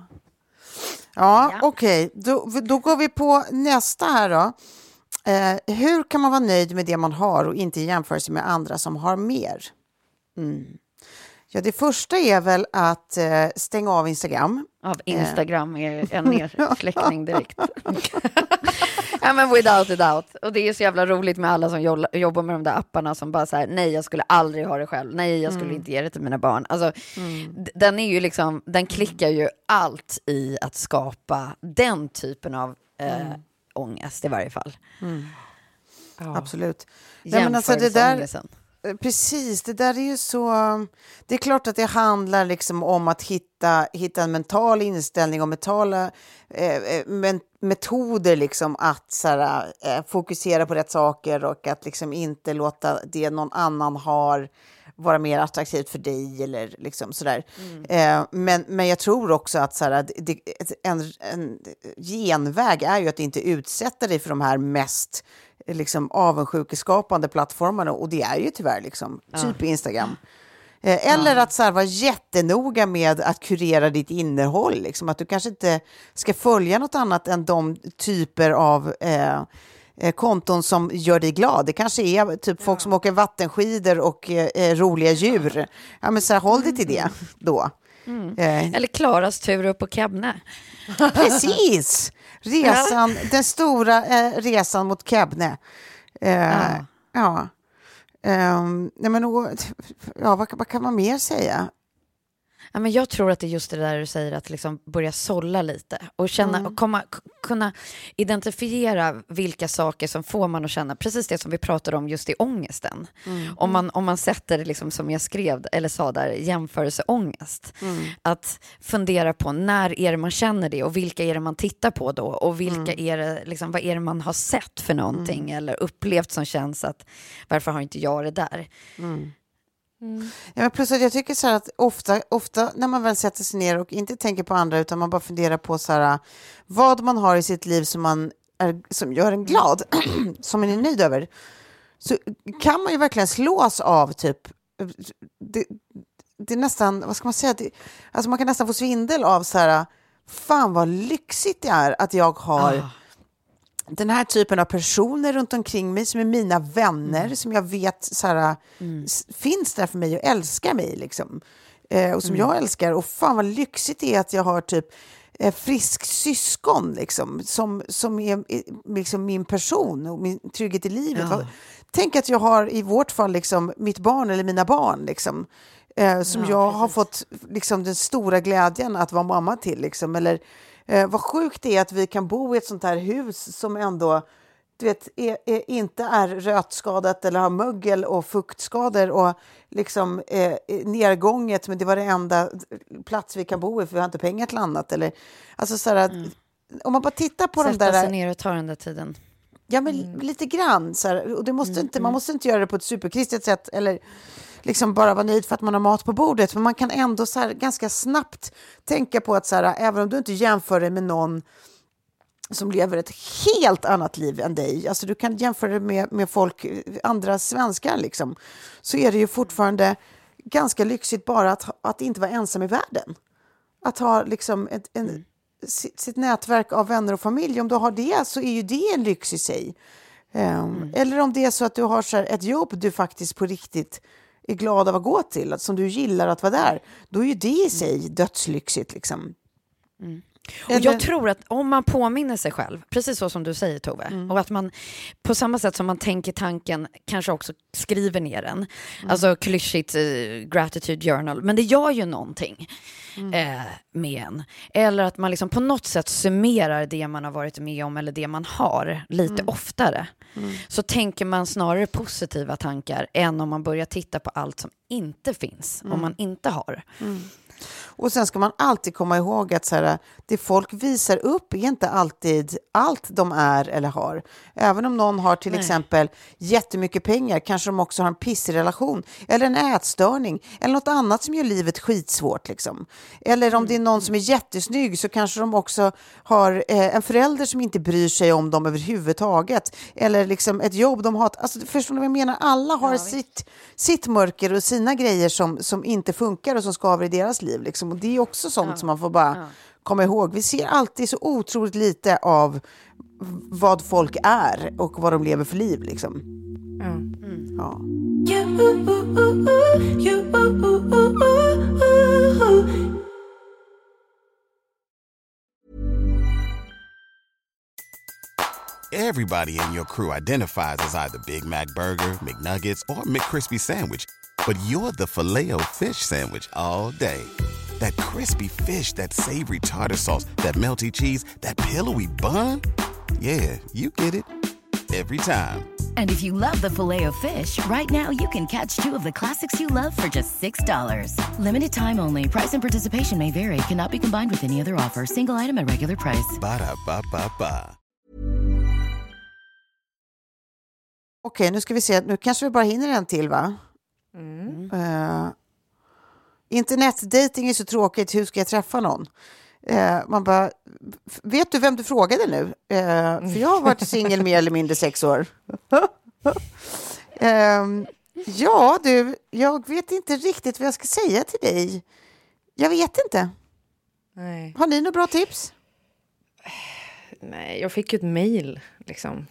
Ja, ja. okej. Okay. Då, då går vi på nästa här då. Eh, hur kan man vara nöjd med det man har och inte jämföra sig med andra som har mer? Mm. Ja, det första är väl att eh, stänga av Instagram. Av Instagram är en nersläckning direkt. Ja, men without a doubt. Och det är så jävla roligt med alla som jobbar med de där apparna som bara så här, nej jag skulle aldrig ha det själv. Nej, jag skulle mm. inte ge det till mina barn. Alltså, mm. d- den är ju liksom, den klickar ju allt i att skapa den typen av eh, mm. ångest i varje fall. Mm. Ja. Absolut. Nej, men alltså det där, precis, det där är ju så... Det är klart att det handlar liksom om att hitta, hitta en mental inställning och mentala eh, men, metoder liksom att så här, eh, fokusera på rätt saker och att liksom inte låta det någon annan har vara mer attraktivt för dig eller liksom sådär. Mm. Eh, men, men jag tror också att så här, det, en, en genväg är ju att inte utsätta dig för de här mest liksom avundsjukeskapande plattformarna, och det är ju tyvärr liksom ja. typ Instagram. Eh, eller ja. att så här, vara jättenoga med att kurera ditt innehåll, liksom, att du kanske inte ska följa något annat än de typer av eh, konton som gör dig glad. Det kanske är typ ja. folk som åker vattenskidor och eh, roliga djur. Ja, men så här, håll dig till det då. Mm. Eh. Eller Klaras tur upp på Kebne. Precis! Resan, ja. den stora eh, resan mot Kebne. Eh, ja. ja. Um, nej men, ja, vad, vad kan man mer säga? Ja, men jag tror att det är just det där du säger, att liksom börja sålla lite och känna mm. och komma, k- kunna identifiera vilka saker som får man att känna precis det som vi pratade om just i ångesten. Mm. Om man, om man sätter det liksom, som jag skrev eller sa där, jämförelseångest. Mm. Att fundera på när är det man känner det och vilka är det man tittar på då och vilka mm. är det, liksom, vad är det man har sett för någonting mm. eller upplevt som känns att varför har inte jag det där? Mm. Mm. Ja, men plus att jag tycker så här att ofta, ofta när man väl sätter sig ner och inte tänker på andra utan man bara funderar på så här, vad man har i sitt liv som, man är, som gör en glad, som man är nöjd över, så kan man ju verkligen slås av typ det, det är nästan, vad ska man säga, det, alltså man kan nästan få svindel av så här, fan vad lyxigt det är att jag har ah. den här typen av personer runt omkring mig som är mina vänner, mm. som jag vet så här, mm. finns där för mig och älskar mig liksom. Eh, och som mm. jag älskar. Och fan vad lyxigt det är att jag har typ eh, frisk syskon liksom, som, som är liksom min person och min trygghet i livet. Ja. Tänk att jag har i vårt fall liksom mitt barn eller mina barn liksom, eh, som ja, jag precis. har fått liksom den stora glädjen att vara mamma till liksom, eller Eh, vad sjukt det är att vi kan bo i ett sånt här hus som ändå, du vet, är, är, inte är rötskadat eller har mögel och fuktskador och liksom eh, nedgånget, men det var det enda plats vi kan bo i för vi har inte pengar till annat. Eller, alltså så här, mm. om man bara tittar på Sätta de där... Sätta sig ner och ta den där tiden. Ja, men mm. lite grann. Så här, och det måste mm. inte, man måste inte göra det på ett superkristet sätt eller liksom bara vara nöjd för att man har mat på bordet. Men man kan ändå så här, ganska snabbt tänka på att så här, även om du inte jämför dig med någon som lever ett helt annat liv än dig. Alltså du kan jämföra dig med, med folk, andra svenskar liksom. Så är det ju fortfarande ganska lyxigt bara att, att inte vara ensam i världen. Att ha liksom ett, en, mm. sitt, sitt nätverk av vänner och familj. Om du har det så är ju det en lyx i sig. Um, mm. Eller om det är så att du har så här, ett jobb du faktiskt på riktigt är glad av att gå till, att som du gillar att vara där, då är ju det i sig mm. dödslyxigt liksom. Mm. Och Eller... jag tror att om man påminner sig själv, precis så som du säger Tove, mm. och att man på samma sätt som man tänker tanken kanske också skriver ner den, mm. alltså klyschigt uh, gratitude journal, men det gör ju någonting mm. eh, med en. Eller att man liksom på något sätt summerar det man har varit med om eller det man har lite mm. oftare. Mm. Så tänker man snarare positiva tankar än om man börjar titta på allt som inte finns, mm. om man inte har. Mm. Och sen ska man alltid komma ihåg att så här, det folk visar upp är inte alltid allt de är eller har. Även om någon har till Nej. exempel jättemycket pengar, kanske de också har en pissig relation eller en ätstörning eller något annat som gör livet skitsvårt liksom. Eller om mm. det är någon som är jättesnygg så kanske de också har eh, en förälder som inte bryr sig om dem överhuvudtaget. Eller liksom ett jobb de har. Alltså, förstår ni vad jag menar? Alla har ja, sitt, sitt mörker och sina grejer som, som inte funkar och som skaver i deras liv liksom. Och det är också sånt ja. som man får bara ja. komma ihåg. Vi ser alltid så otroligt lite av vad folk är och vad de lever för liv liksom. Mm. Mm. Ja. Everybody in your crew identifies as either Big Mac Burger, McNuggets, or McCrispy Sandwich. But you're the Filet-O-Fish Sandwich all day. That crispy fish, that savory tartar sauce, that melty cheese, that pillowy bun. Yeah, you get it. Every time. And if you love the Filet-O-Fish, right now you can catch two of the classics you love for just six dollars. Limited time only. Price and participation may vary. Cannot be combined with any other offer. Single item at regular price. Ba-da-ba-ba-ba. Okej, nu ska vi se. Nu kanske vi bara hinner en till, va? Mm. Uh, internetdating är så tråkigt. Hur ska jag träffa någon? Uh, man bara, vet du vem du frågade nu? Uh, för jag har varit singel mer eller mindre sex år. uh, ja, du. Jag vet inte riktigt vad jag ska säga till dig. Jag vet inte. Nej. Har ni några bra tips? Nej, jag fick ju ett mejl liksom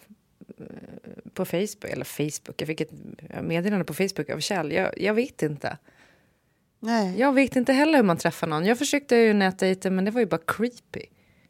på Facebook, eller Facebook. Jag fick ett meddelande på Facebook av Kjell. Jag, jag vet inte. Nej. Jag vet inte heller hur man träffar någon. Jag försökte ju nätdejta, men det var ju bara creepy.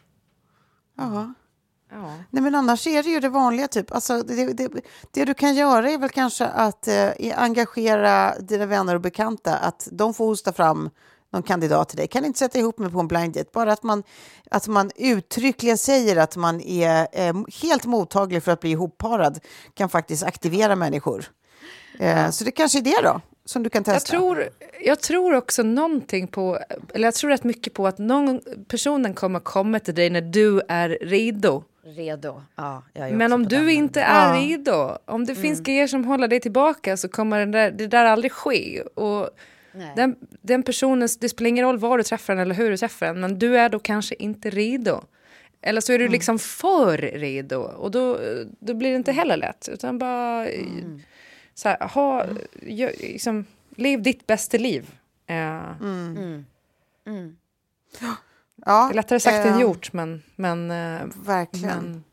Ja. Ja. Nej, men annars är det ju det vanliga typ. Alltså, det, det, det du kan göra är väl kanske att eh, engagera dina vänner och bekanta. Att de får hosta fram någon kandidat till dig. Kan inte sätta ihop mig på en blind date. Bara att man, att man uttryckligen säger att man är eh, helt mottaglig för att bli ihopparad kan faktiskt aktivera människor. Eh, ja. Så det kanske är det då som du kan testa. Jag tror, jag tror också någonting på, eller jag tror rätt mycket på att någon personen kommer komma till dig när du är redo. Redo, ja. Jag är Men om du den. inte är ja. redo, om det Mm. finns grejer som håller dig tillbaka, så kommer det där, det där aldrig ske. Och den, den personen, det spelar ingen roll var du träffar den eller hur du träffar den, men du är då kanske inte redo. Eller så är du liksom för redo, och då, då blir det inte heller lätt, utan bara mm. så här, ha, gör, liksom, lev ditt bästa liv. Uh, Mm. Mm. Mm. Ja, det är lättare sagt eh, än gjort, men, men verkligen. Men,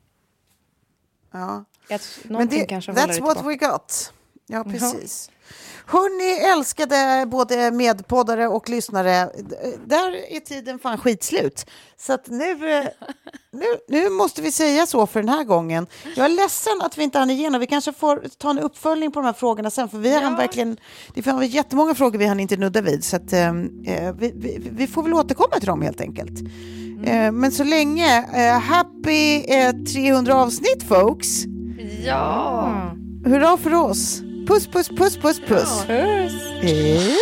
ja. ett, Men det, kanske håller that's dig what tillbaka. we got. Ja, precis. Hörrni, älskade både medpoddare och lyssnare. Där är tiden fan skitslut. Så att nu, nu, nu måste vi säga så för den här gången. Jag är ledsen att vi inte hann igenom. Vi kanske får ta en uppföljning på de här frågorna sen. För vi har ja. verkligen, det fanns jättemånga frågor vi hann inte nudda vid. Så att, eh, vi, vi, vi får väl återkomma till dem helt enkelt. Mm. Eh, men så länge, eh, happy eh, trehundra avsnitt, folks. Ja. Hurra för oss. Puss, puss, puss, puss, puss. Ja, puss. Hej.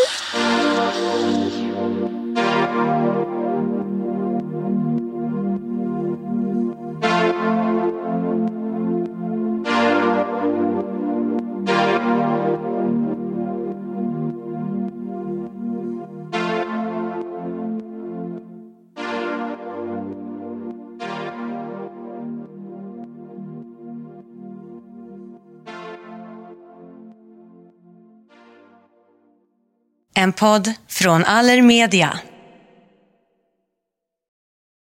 En podd från Allermedia.